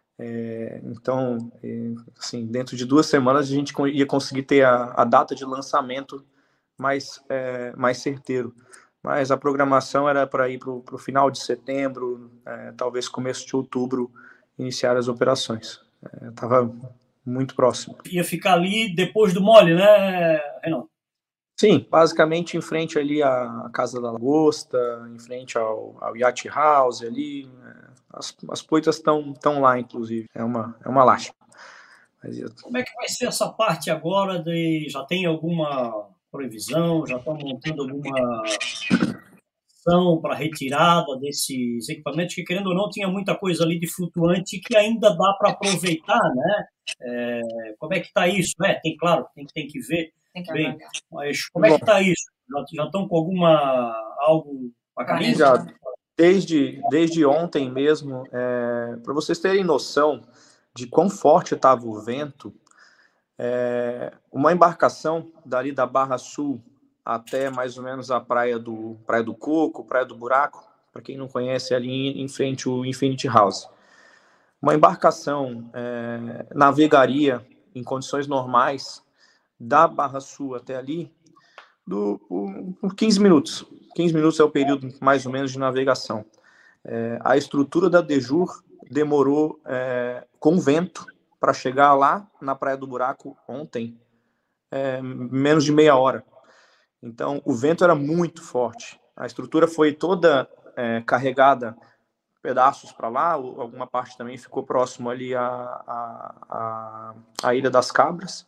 Então, assim, dentro de 2 semanas, a gente ia conseguir ter a data de lançamento mais certeiro. Mas a programação era para ir para o final de setembro, talvez começo de outubro, iniciar as operações. Estava muito próximo. Ia ficar ali depois do mole, né, Renan? Sim, basicamente em frente ali à Casa da Lagosta, em frente ao Yacht House ali. As poitas estão lá, inclusive. É uma lástima. Como é que vai ser essa parte agora? Já tem alguma previsão? Já estão montando alguma ação para retirada desses equipamentos? Que, querendo ou não, tinha muita coisa ali de flutuante que ainda dá para aproveitar, né? Como é que está isso? Claro, tem que ver. Bem, mas como é que está isso? Já estão com algo a caminho? Já. Desde ontem mesmo, para vocês terem noção de quão forte estava o vento, uma embarcação dali da Barra Sul até mais ou menos a Praia do Coco, Praia do Buraco, para quem não conhece, ali em frente ao Infinity House. Uma embarcação navegaria em condições normais da Barra Sul até ali por 15 minutos. 15 minutos é o período mais ou menos de navegação. A estrutura da Deju demorou com vento para chegar lá na Praia do Buraco ontem, menos de meia hora. Então, o vento era muito forte. A estrutura foi toda carregada, pedaços para lá, alguma parte também ficou próximo ali à Ilha das Cabras.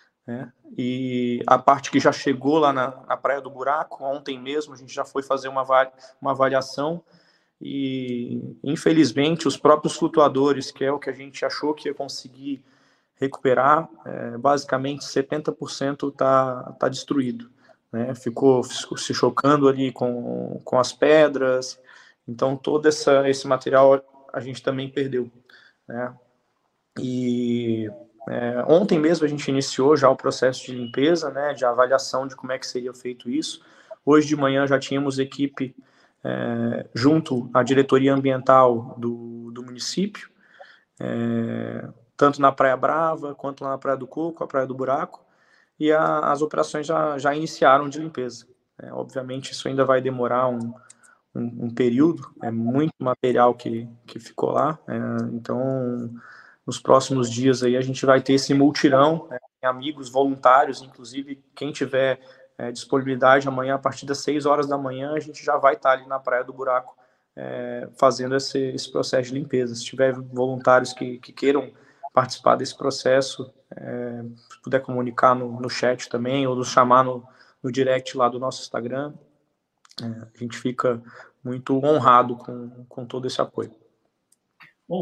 E a parte que já chegou lá na Praia do Buraco, ontem mesmo, a gente já foi fazer uma avaliação e, infelizmente, os próprios flutuadores, que é o que a gente achou que ia conseguir recuperar, basicamente 70% está destruído. Ficou se chocando ali com as pedras, então todo esse material a gente também perdeu. E ontem mesmo a gente iniciou já o processo de limpeza, de avaliação de como é que seria feito isso. Hoje de manhã já tínhamos equipe junto à diretoria ambiental do município, tanto na Praia Brava, quanto na Praia do Coco, a Praia do Buraco, e as operações já iniciaram de limpeza. Obviamente isso ainda vai demorar um período, é muito material que ficou lá, então nos próximos dias aí a gente vai ter esse multirão, amigos voluntários, inclusive quem tiver disponibilidade amanhã a partir das 6 horas da manhã, a gente já vai estar ali na Praia do Buraco fazendo esse processo de limpeza. Se tiver voluntários que queiram participar desse processo, se puder comunicar no chat também, ou nos chamar no direct lá do nosso Instagram, a gente fica muito honrado com todo esse apoio. Bom,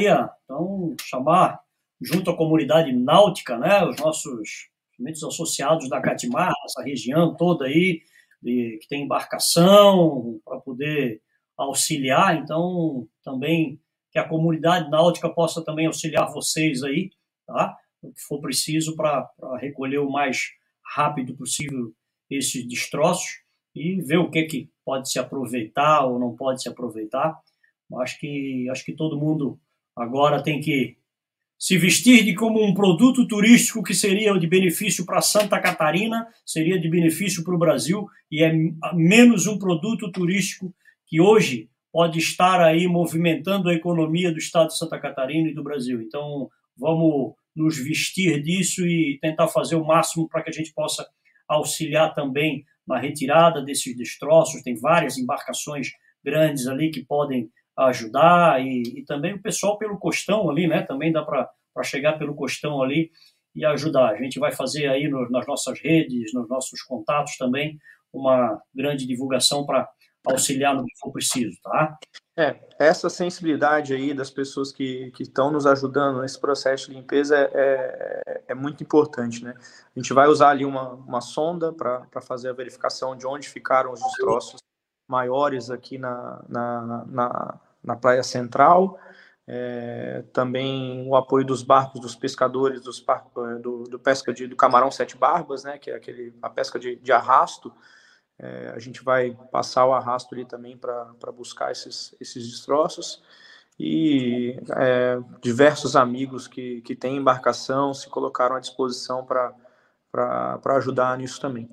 chamar junto à comunidade náutica, os nossos associados da Catimar, essa região toda aí, que tem embarcação, para poder auxiliar. Então, também que a comunidade náutica possa também auxiliar vocês aí, tá? O que for preciso para recolher o mais rápido possível esses destroços e ver o que pode se aproveitar ou não pode se aproveitar. Acho que todo mundo agora tem que se vestir como um produto turístico que seria de benefício para Santa Catarina, seria de benefício para o Brasil, e é menos um produto turístico que hoje pode estar aí movimentando a economia do estado de Santa Catarina e do Brasil. Então, vamos nos vestir disso e tentar fazer o máximo para que a gente possa auxiliar também na retirada desses destroços. Tem várias embarcações grandes ali que podem ajudar, e também o pessoal pelo costão ali, também dá para para chegar pelo costão ali e ajudar. A gente vai fazer aí nas nossas redes, nos nossos contatos também, uma grande divulgação para auxiliar no que for preciso, tá? Essa sensibilidade aí das pessoas que estão nos ajudando nesse processo de limpeza é muito importante, né? A gente vai usar ali uma sonda para fazer a verificação de onde ficaram os destroços maiores aqui na Praia Central. Também o apoio dos barcos dos pescadores do Camarão Sete Barbas, né? Que é a pesca de arrasto. A gente vai passar o arrasto ali também para buscar esses destroços, e diversos amigos que têm embarcação se colocaram à disposição para ajudar nisso também.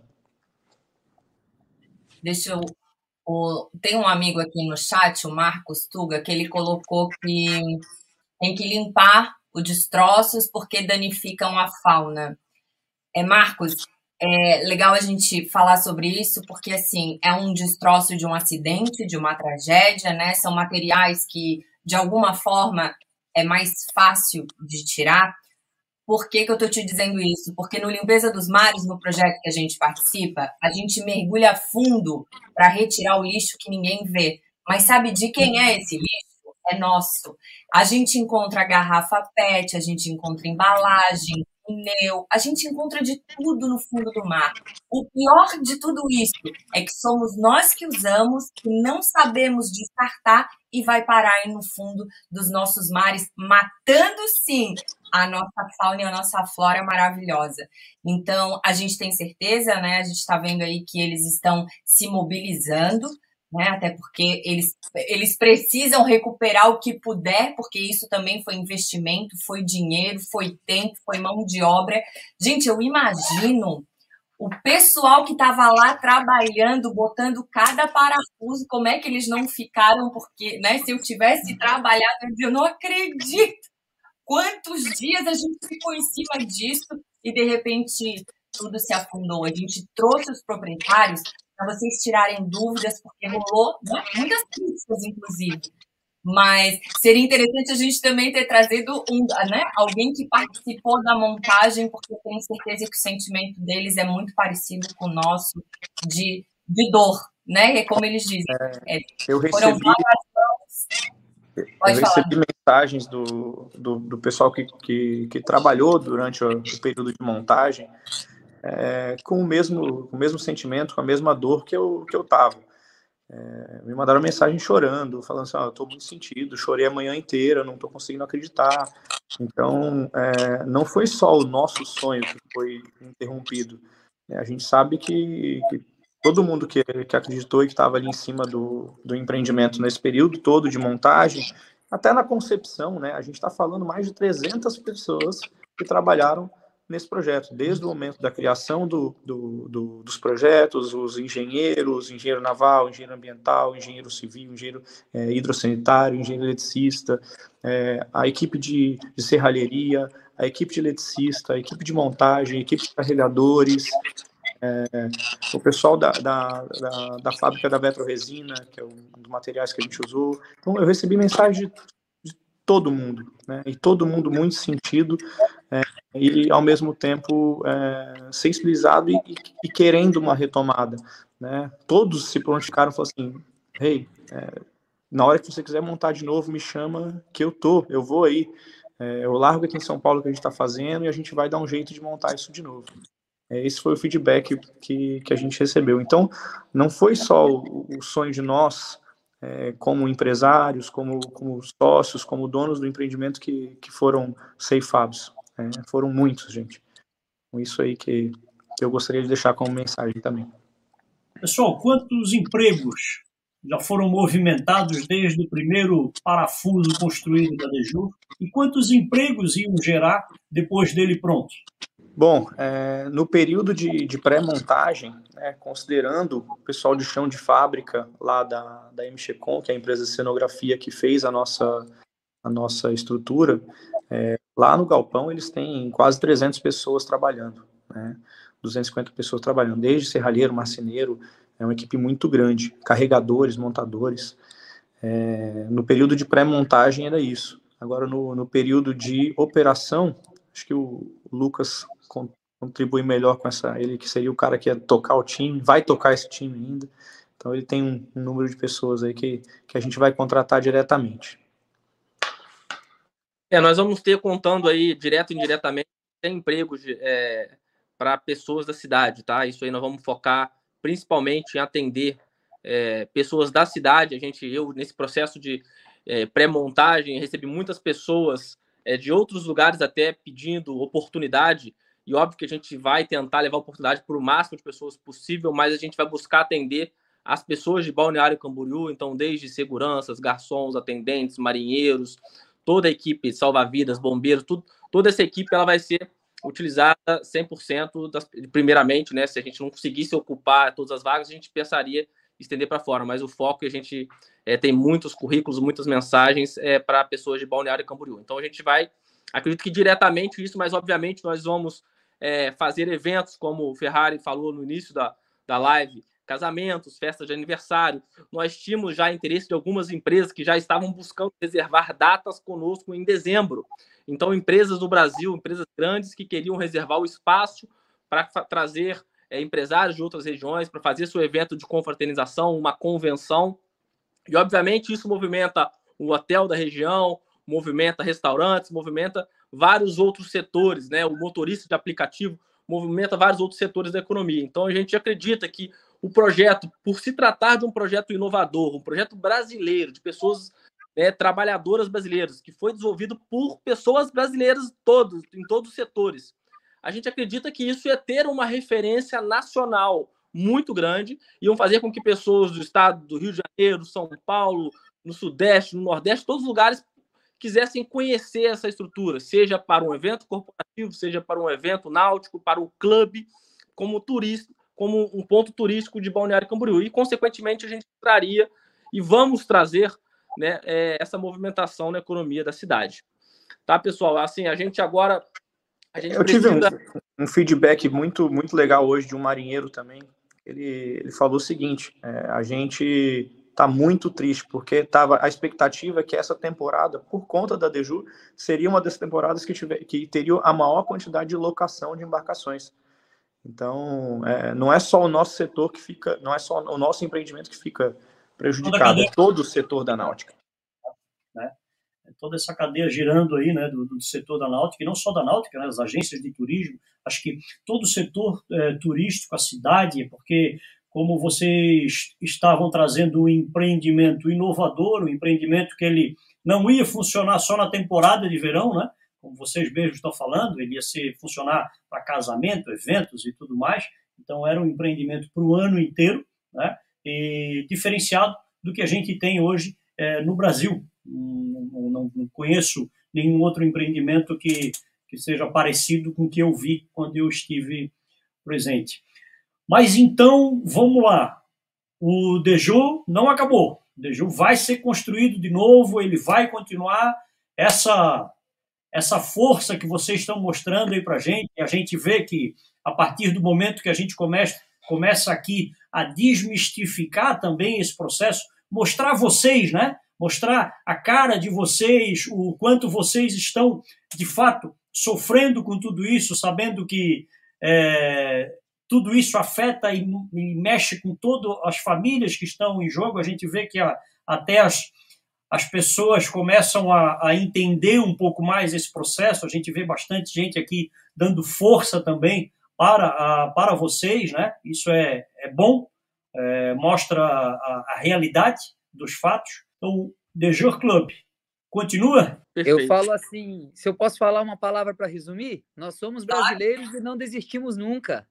Tem um amigo aqui no chat, o Marcos Tuga, que ele colocou que tem que limpar os destroços porque danificam a fauna. Marcos, é legal a gente falar sobre isso, porque, assim, é um destroço de um acidente, de uma tragédia, né? São materiais que, de alguma forma, é mais fácil de tirar. Por que eu estou te dizendo isso? Porque no Limpeza dos Mares, no projeto que a gente participa, a gente mergulha fundo para retirar o lixo que ninguém vê. Mas sabe de quem é esse lixo? É nosso. A gente encontra garrafa PET, a gente encontra embalagem, pneu, a gente encontra de tudo no fundo do mar. O pior de tudo isso é que somos nós que usamos, que não sabemos descartar e vai parar aí no fundo dos nossos mares, matando, sim, a nossa fauna e a nossa flora maravilhosa. Então, a gente tem certeza, né? A gente está vendo aí que eles estão se mobilizando, né? Até porque eles precisam recuperar o que puder, porque isso também foi investimento, foi dinheiro, foi tempo, foi mão de obra. Gente, eu imagino o pessoal que estava lá trabalhando, botando cada parafuso, como é que eles não ficaram, porque, né, se eu tivesse trabalhado, eu não acredito quantos dias a gente ficou em cima disso e, de repente, tudo se afundou. A gente trouxe os proprietários para vocês tirarem dúvidas, porque rolou muitas críticas, inclusive. Mas seria interessante a gente também ter trazido alguém que participou da montagem, porque eu tenho certeza que o sentimento deles é muito parecido com o nosso, de dor, né? É como eles dizem. Eu recebi mensagens do pessoal que trabalhou durante o período de montagem, com o mesmo sentimento, com a mesma dor que eu estava. Me mandaram mensagem chorando, falando assim, eu estou muito sentido, chorei a manhã inteira, não estou conseguindo acreditar. Então, não foi só o nosso sonho que foi interrompido. A gente sabe que todo mundo que acreditou e que estava ali em cima do empreendimento nesse período todo de montagem, até na concepção, né, a gente está falando mais de 300 pessoas que trabalharam nesse projeto, desde o momento da criação dos projetos, os engenheiros, engenheiro naval, engenheiro ambiental, engenheiro civil, engenheiro hidrossanitário, engenheiro eletricista, a equipe de serralheria, a equipe de eletricista, a equipe de montagem, a equipe de carregadores, o pessoal da fábrica da Vetroresina, que é um dos materiais que a gente usou. Então, eu recebi mensagem de todo mundo, né? E todo mundo muito sentido, e ao mesmo tempo sensibilizado e querendo uma retomada, né? Todos se prontificaram e falaram assim, hey, na hora que você quiser montar de novo, me chama que eu vou aí, eu largo aqui em São Paulo o que a gente está fazendo e a gente vai dar um jeito de montar isso de novo. Esse foi o feedback que a gente recebeu. Então, não foi só o sonho de nós, como empresários, como sócios, como donos do empreendimento que foram ceifados. Foram muitos, gente. Isso aí que eu gostaria de deixar como mensagem também. Pessoal, quantos empregos já foram movimentados desde o primeiro parafuso construído da Dejur? E quantos empregos iam gerar depois dele pronto? Bom, no período de pré-montagem, né, considerando o pessoal de chão de fábrica lá da MXecon, que é a empresa de cenografia que fez a nossa estrutura, lá no galpão eles têm quase 300 pessoas trabalhando, né, 250 pessoas trabalhando, desde serralheiro, marceneiro, é uma equipe muito grande, carregadores, montadores. No período de pré-montagem era isso. Agora, no período de operação, acho que o Lucas contribui melhor com essa, ele que seria o cara que ia tocar o time, vai tocar esse time ainda. Então ele tem um número de pessoas aí que a gente vai contratar diretamente. Nós vamos ter, contando aí, direto e indiretamente, 100 empregos para pessoas da cidade, tá? Isso aí nós vamos focar principalmente em atender pessoas da cidade. Eu, nesse processo de pré-montagem, recebi muitas pessoas de outros lugares até pedindo oportunidade, e óbvio que a gente vai tentar levar a oportunidade para o máximo de pessoas possível, mas a gente vai buscar atender as pessoas de Balneário Camboriú, então desde seguranças, garçons, atendentes, marinheiros, toda a equipe, salva-vidas, bombeiros, toda essa equipe ela vai ser utilizada 100%, primeiramente, né? Se a gente não conseguisse ocupar todas as vagas, a gente pensaria em estender para fora, mas o foco, a gente tem muitos currículos, muitas mensagens para pessoas de Balneário Camboriú. Então a gente vai, acredito que diretamente isso, mas obviamente nós vamos fazer eventos, como o Ferrari falou no início da live, casamentos, festas de aniversário. Nós tínhamos já interesse de algumas empresas que já estavam buscando reservar datas conosco em dezembro. Então, empresas do Brasil, empresas grandes que queriam reservar o espaço para trazer empresários de outras regiões para fazer seu evento de confraternização, uma convenção. E, obviamente, isso movimenta o hotel da região, movimenta restaurantes, movimenta vários outros setores, né? O motorista de aplicativo movimenta vários outros setores da economia. Então, a gente acredita que o projeto, por se tratar de um projeto inovador, um projeto brasileiro, de pessoas trabalhadoras brasileiras, que foi desenvolvido por pessoas brasileiras em todos os setores, a gente acredita que isso ia ter uma referência nacional muito grande, iam fazer com que pessoas do estado do Rio de Janeiro, São Paulo, no Sudeste, no Nordeste, todos os lugares quisessem conhecer essa estrutura, seja para um evento corporativo, seja para um evento náutico, para o clube, como turista, como um ponto turístico de Balneário Camboriú. E, consequentemente, a gente traria e vamos trazer, né, essa movimentação na economia da cidade. Tá, pessoal? Assim, a gente agora... Eu tive um feedback muito, muito legal hoje de um marinheiro também. Ele falou o seguinte, a gente está muito triste, porque tava a expectativa é que essa temporada, por conta da Dejur, seria uma das temporadas que teria a maior quantidade de locação de embarcações. Então, não é só o nosso setor que fica, não é só o nosso empreendimento que fica prejudicado, é todo o setor da náutica. Né? Toda essa cadeia girando aí, né, do setor da náutica, e não só da náutica, né, as agências de turismo, acho que todo o setor turístico, a cidade, porque como vocês estavam trazendo um empreendimento inovador, um empreendimento que ele não ia funcionar só na temporada de verão, né? Como vocês mesmos estão falando, ele ia funcionar para casamento, eventos e tudo mais. Então, era um empreendimento para o ano inteiro, né? E diferenciado do que a gente tem hoje no Brasil. Não conheço nenhum outro empreendimento que seja parecido com o que eu vi quando eu estive presente. Mas então, vamos lá. O Dejur não acabou. O Dejur vai ser construído de novo, ele vai continuar essa força que vocês estão mostrando aí para a gente vê que a partir do momento que a gente começa aqui a desmistificar também esse processo, mostrar vocês, né? Mostrar a cara de vocês, o quanto vocês estão, de fato, sofrendo com tudo isso, sabendo que tudo isso afeta e mexe com todas as famílias que estão em jogo. A gente vê que até as pessoas começam a entender um pouco mais esse processo. A gente vê bastante gente aqui dando força também para vocês, né? Isso é bom, mostra a realidade dos fatos. Então, o Dejur Club continua? Perfeito. Eu falo assim, se eu posso falar uma palavra para resumir, nós somos brasileiros e não desistimos nunca.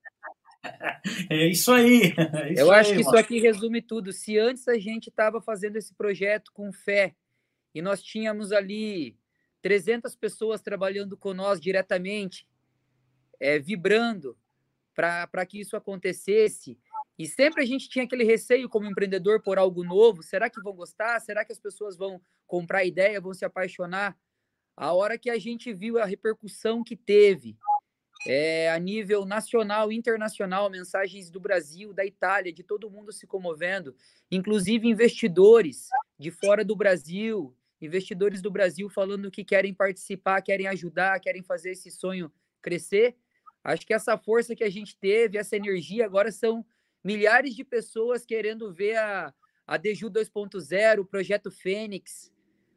É isso aí. Eu acho que isso aqui resume tudo. Se antes a gente estava fazendo esse projeto com fé e nós tínhamos ali 300 pessoas trabalhando com nós diretamente, vibrando para que isso acontecesse, e sempre a gente tinha aquele receio como empreendedor por algo novo, será que vão gostar? Será que as pessoas vão comprar a ideia, vão se apaixonar? A hora que a gente viu a repercussão que teve, a nível nacional, internacional, mensagens do Brasil, da Itália, de todo mundo se comovendo, inclusive investidores de fora do Brasil, investidores do Brasil falando que querem participar, querem ajudar, querem fazer esse sonho crescer. Acho que essa força que a gente teve, essa energia, agora são milhares de pessoas querendo ver a Deju 2.0, o Projeto Fênix,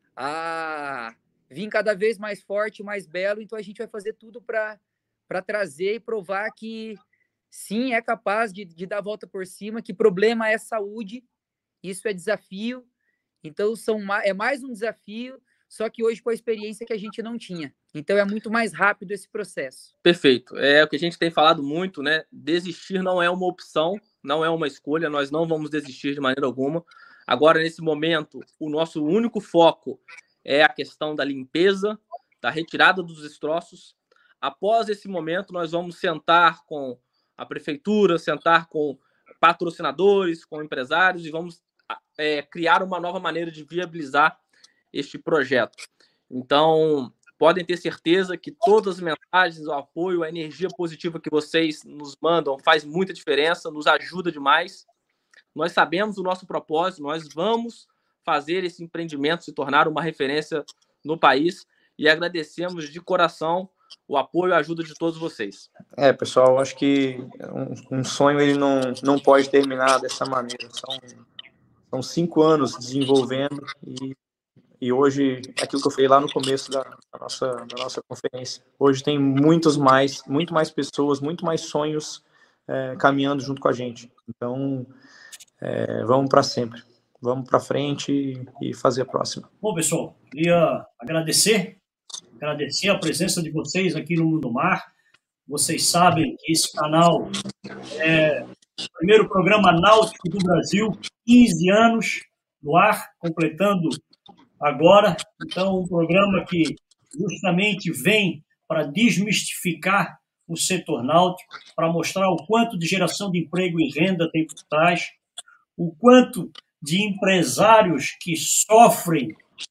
a vir cada vez mais forte, mais belo. Então a gente vai fazer tudo para trazer e provar que sim, é capaz de dar a volta por cima, que problema é saúde, isso é desafio. Então é mais um desafio, só que hoje com a experiência que a gente não tinha. Então é muito mais rápido esse processo. Perfeito. É o que a gente tem falado muito, né? Desistir não é uma opção, não é uma escolha, nós não vamos desistir de maneira alguma. Agora, nesse momento, o nosso único foco é a questão da limpeza, da retirada dos destroços. Após esse momento, nós vamos sentar com a prefeitura, sentar com patrocinadores, com empresários e vamos criar uma nova maneira de viabilizar este projeto. Então, podem ter certeza que todas as mensagens, o apoio, a energia positiva que vocês nos mandam faz muita diferença, nos ajuda demais. Nós sabemos o nosso propósito, nós vamos fazer esse empreendimento se tornar uma referência no país e agradecemos de coração o apoio e a ajuda de todos vocês. Pessoal, acho que um sonho ele não pode terminar dessa maneira. São 5 anos desenvolvendo e hoje, aquilo que eu falei lá no começo da nossa conferência, hoje tem muito mais pessoas, muito mais sonhos caminhando junto com a gente. Então, vamos para sempre. Vamos para frente e fazer a próxima. Bom, pessoal, queria agradecer a presença de vocês aqui no Mundo Mar. Vocês sabem que esse canal é o primeiro programa náutico do Brasil, 15 anos no ar, completando agora. Então, um programa que justamente vem para desmistificar o setor náutico, para mostrar o quanto de geração de emprego e renda tem por trás, o quanto de empresários que sofrem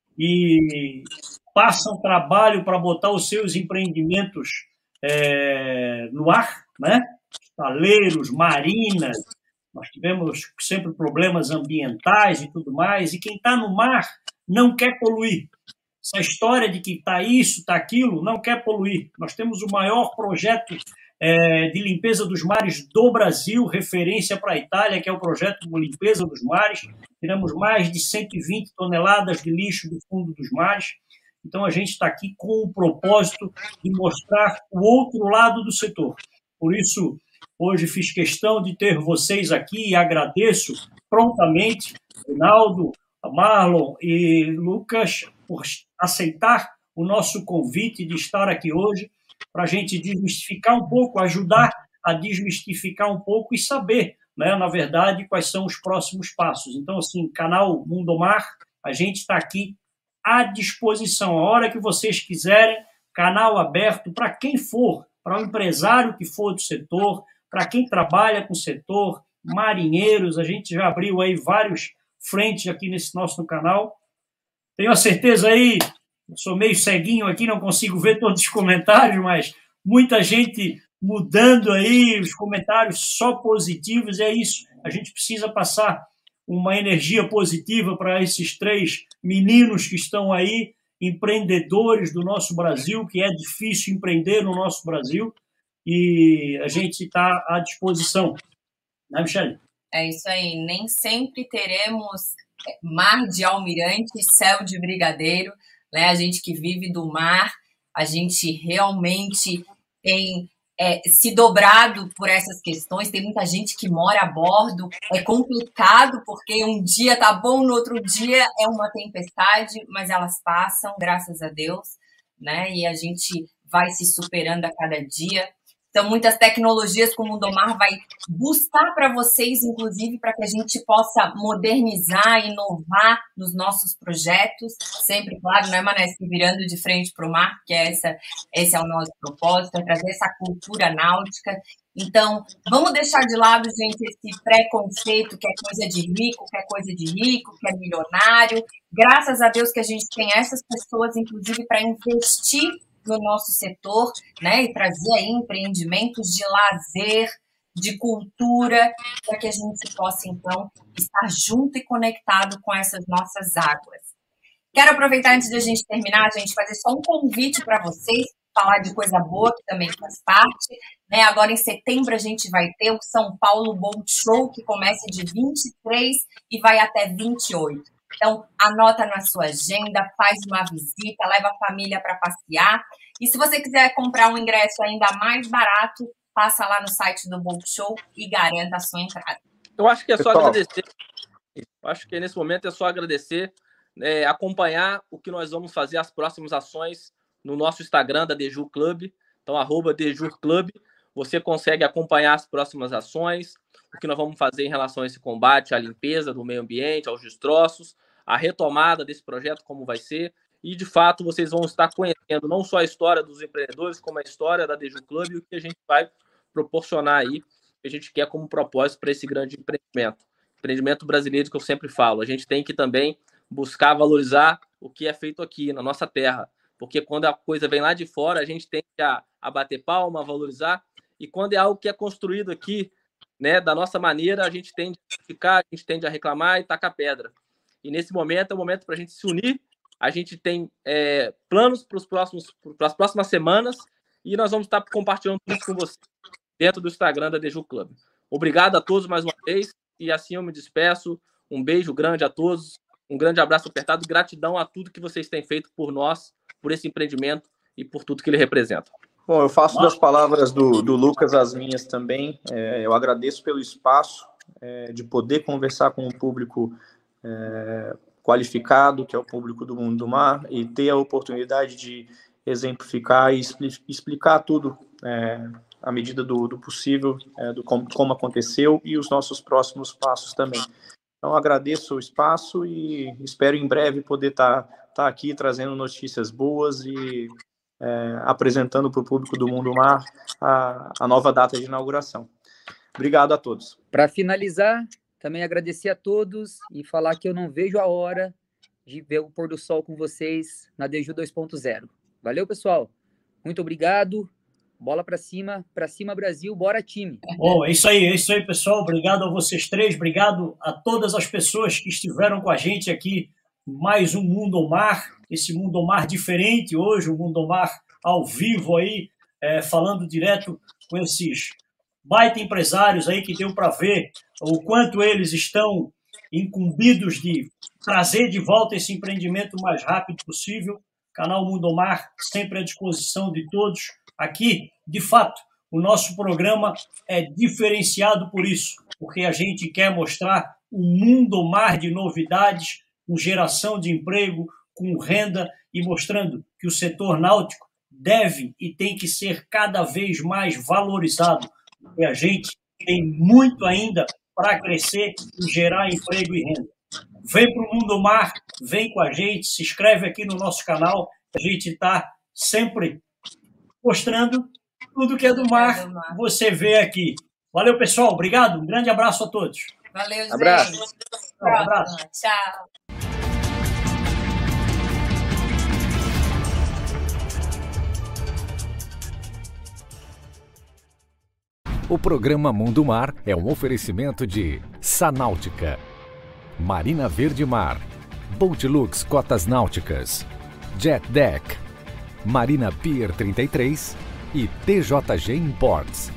e passam trabalho para botar os seus empreendimentos no ar, né? Estaleiros, marinas, nós tivemos sempre problemas ambientais e tudo mais, e quem está no mar não quer poluir. Essa história de que está isso, está aquilo, não quer poluir. Nós temos o maior projeto de limpeza dos mares do Brasil, referência para a Itália, que é o projeto de limpeza dos mares. Tiramos mais de 120 toneladas de lixo do fundo dos mares. Então, a gente está aqui com o propósito de mostrar o outro lado do setor. Por isso, hoje fiz questão de ter vocês aqui e agradeço prontamente, Reinaldo, Marlon e Lucas, por aceitar o nosso convite de estar aqui hoje para a gente desmistificar um pouco, ajudar a desmistificar um pouco e saber, né, na verdade, quais são os próximos passos. Então, assim, canal Mundo Mar, a gente está aqui à disposição. A hora que vocês quiserem, canal aberto para quem for, para o empresário que for do setor, para quem trabalha com o setor, marinheiros, a gente já abriu aí vários frentes aqui nesse nosso canal. Tenho a certeza aí, eu sou meio ceguinho aqui, não consigo ver todos os comentários, mas muita gente mudando aí, os comentários só positivos, é isso. A gente precisa passar uma energia positiva para esses 3 meninos que estão aí, empreendedores do nosso Brasil, que é difícil empreender no nosso Brasil, e a gente está à disposição. Né, Michele? É isso aí. Nem sempre teremos mar de almirante, céu de brigadeiro, né? A gente que vive do mar, a gente realmente tem se dobrado por essas questões. Tem muita gente que mora a bordo, é complicado porque um dia tá bom, no outro dia é uma tempestade, mas elas passam, graças a Deus, né? E a gente vai se superando a cada dia. Então, muitas tecnologias como o Mundo Mar vai buscar para vocês, inclusive, para que a gente possa modernizar, inovar nos nossos projetos. Sempre, claro, né, Mané, se virando de frente para o mar, que esse é o nosso propósito, é trazer essa cultura náutica. Então, vamos deixar de lado, gente, esse preconceito que é coisa de rico, que é coisa de rico, que é milionário. Graças a Deus que a gente tem essas pessoas, inclusive, para investir no nosso setor, né, e trazer aí empreendimentos de lazer, de cultura, para que a gente possa, então, estar junto e conectado com essas nossas águas. Quero aproveitar antes de a gente terminar, gente, fazer só um convite para vocês, falar de coisa boa, que também faz parte. Né? Agora, em setembro, a gente vai ter o São Paulo Boat Show, que começa de 23 e vai até 28. Então, anota na sua agenda, faz uma visita, leva a família para passear. E se você quiser comprar um ingresso ainda mais barato, passa lá no site do Boat Show e garanta a sua entrada. Eu acho que é só agradecer. Eu acho que nesse momento é só agradecer, acompanhar o que nós vamos fazer, as próximas ações no nosso Instagram da Dejur Club. Então, @DejurClub. Você consegue acompanhar as próximas ações, o que nós vamos fazer em relação a esse combate, à limpeza do meio ambiente, aos destroços, a retomada desse projeto, como vai ser. E, de fato, vocês vão estar conhecendo não só a história dos empreendedores, como a história da Dejur Club e o que a gente vai proporcionar aí, que a gente quer como propósito para esse grande empreendimento. Empreendimento brasileiro que eu sempre falo. A gente tem que também buscar valorizar o que é feito aqui, na nossa terra. Porque quando a coisa vem lá de fora, a gente tem que a bater palma, a valorizar. E quando é algo que é construído aqui, né, da nossa maneira, a gente tende a ficar, a gente tende a reclamar e tacar pedra. E nesse momento é o momento para a gente se unir. A gente tem planos para as próximas semanas e nós vamos estar compartilhando tudo com vocês dentro do Instagram da Dejur Club. Obrigado a todos mais uma vez e assim eu me despeço. Um beijo grande a todos, um grande abraço apertado, gratidão a tudo que vocês têm feito por nós, por esse empreendimento e por tudo que ele representa. Bom, eu faço das palavras do Lucas as minhas também. Eu agradeço pelo espaço de poder conversar com um público qualificado, que é o público do Mundo do Mar, e ter a oportunidade de exemplificar e explicar tudo à medida do possível, como aconteceu e os nossos próximos passos também. Então, agradeço o espaço e espero em breve poder estar aqui trazendo notícias boas e apresentando para o público do Mundo Mar a nova data de inauguração. Obrigado a todos. Para finalizar, também agradecer a todos e falar que eu não vejo a hora de ver o pôr do sol com vocês na Dejur 2.0. Valeu, pessoal. Muito obrigado. Bola para cima Brasil, bora time. Bom, é isso aí, pessoal. Obrigado a vocês três, obrigado a todas as pessoas que estiveram com a gente aqui. Mais um Mundo ao Mar, esse Mundo ao Mar diferente hoje, o Mundo ao Mar ao vivo aí, falando direto com esses baita empresários aí que deu para ver o quanto eles estão incumbidos de trazer de volta esse empreendimento o mais rápido possível. Canal Mundo ao Mar sempre à disposição de todos. Aqui, de fato, o nosso programa é diferenciado por isso, porque a gente quer mostrar um mundo ao mar de novidades, com geração de emprego, com renda e mostrando que o setor náutico deve e tem que ser cada vez mais valorizado, porque a gente tem muito ainda para crescer e gerar emprego e renda. Vem para o Mundo ao Mar, vem com a gente, se inscreve aqui no nosso canal, a gente está sempre mostrando tudo que é do mar, você vê aqui. Valeu, pessoal, obrigado, um grande abraço a todos. Valeu, gente. Abraço. Um abraço. Tchau. O programa Mundo Mar é um oferecimento de Sanáutica, Marina Verde Mar, Boat Lux Cotas Náuticas, Jet Deck, Marina Pier 33 e TJG Imports.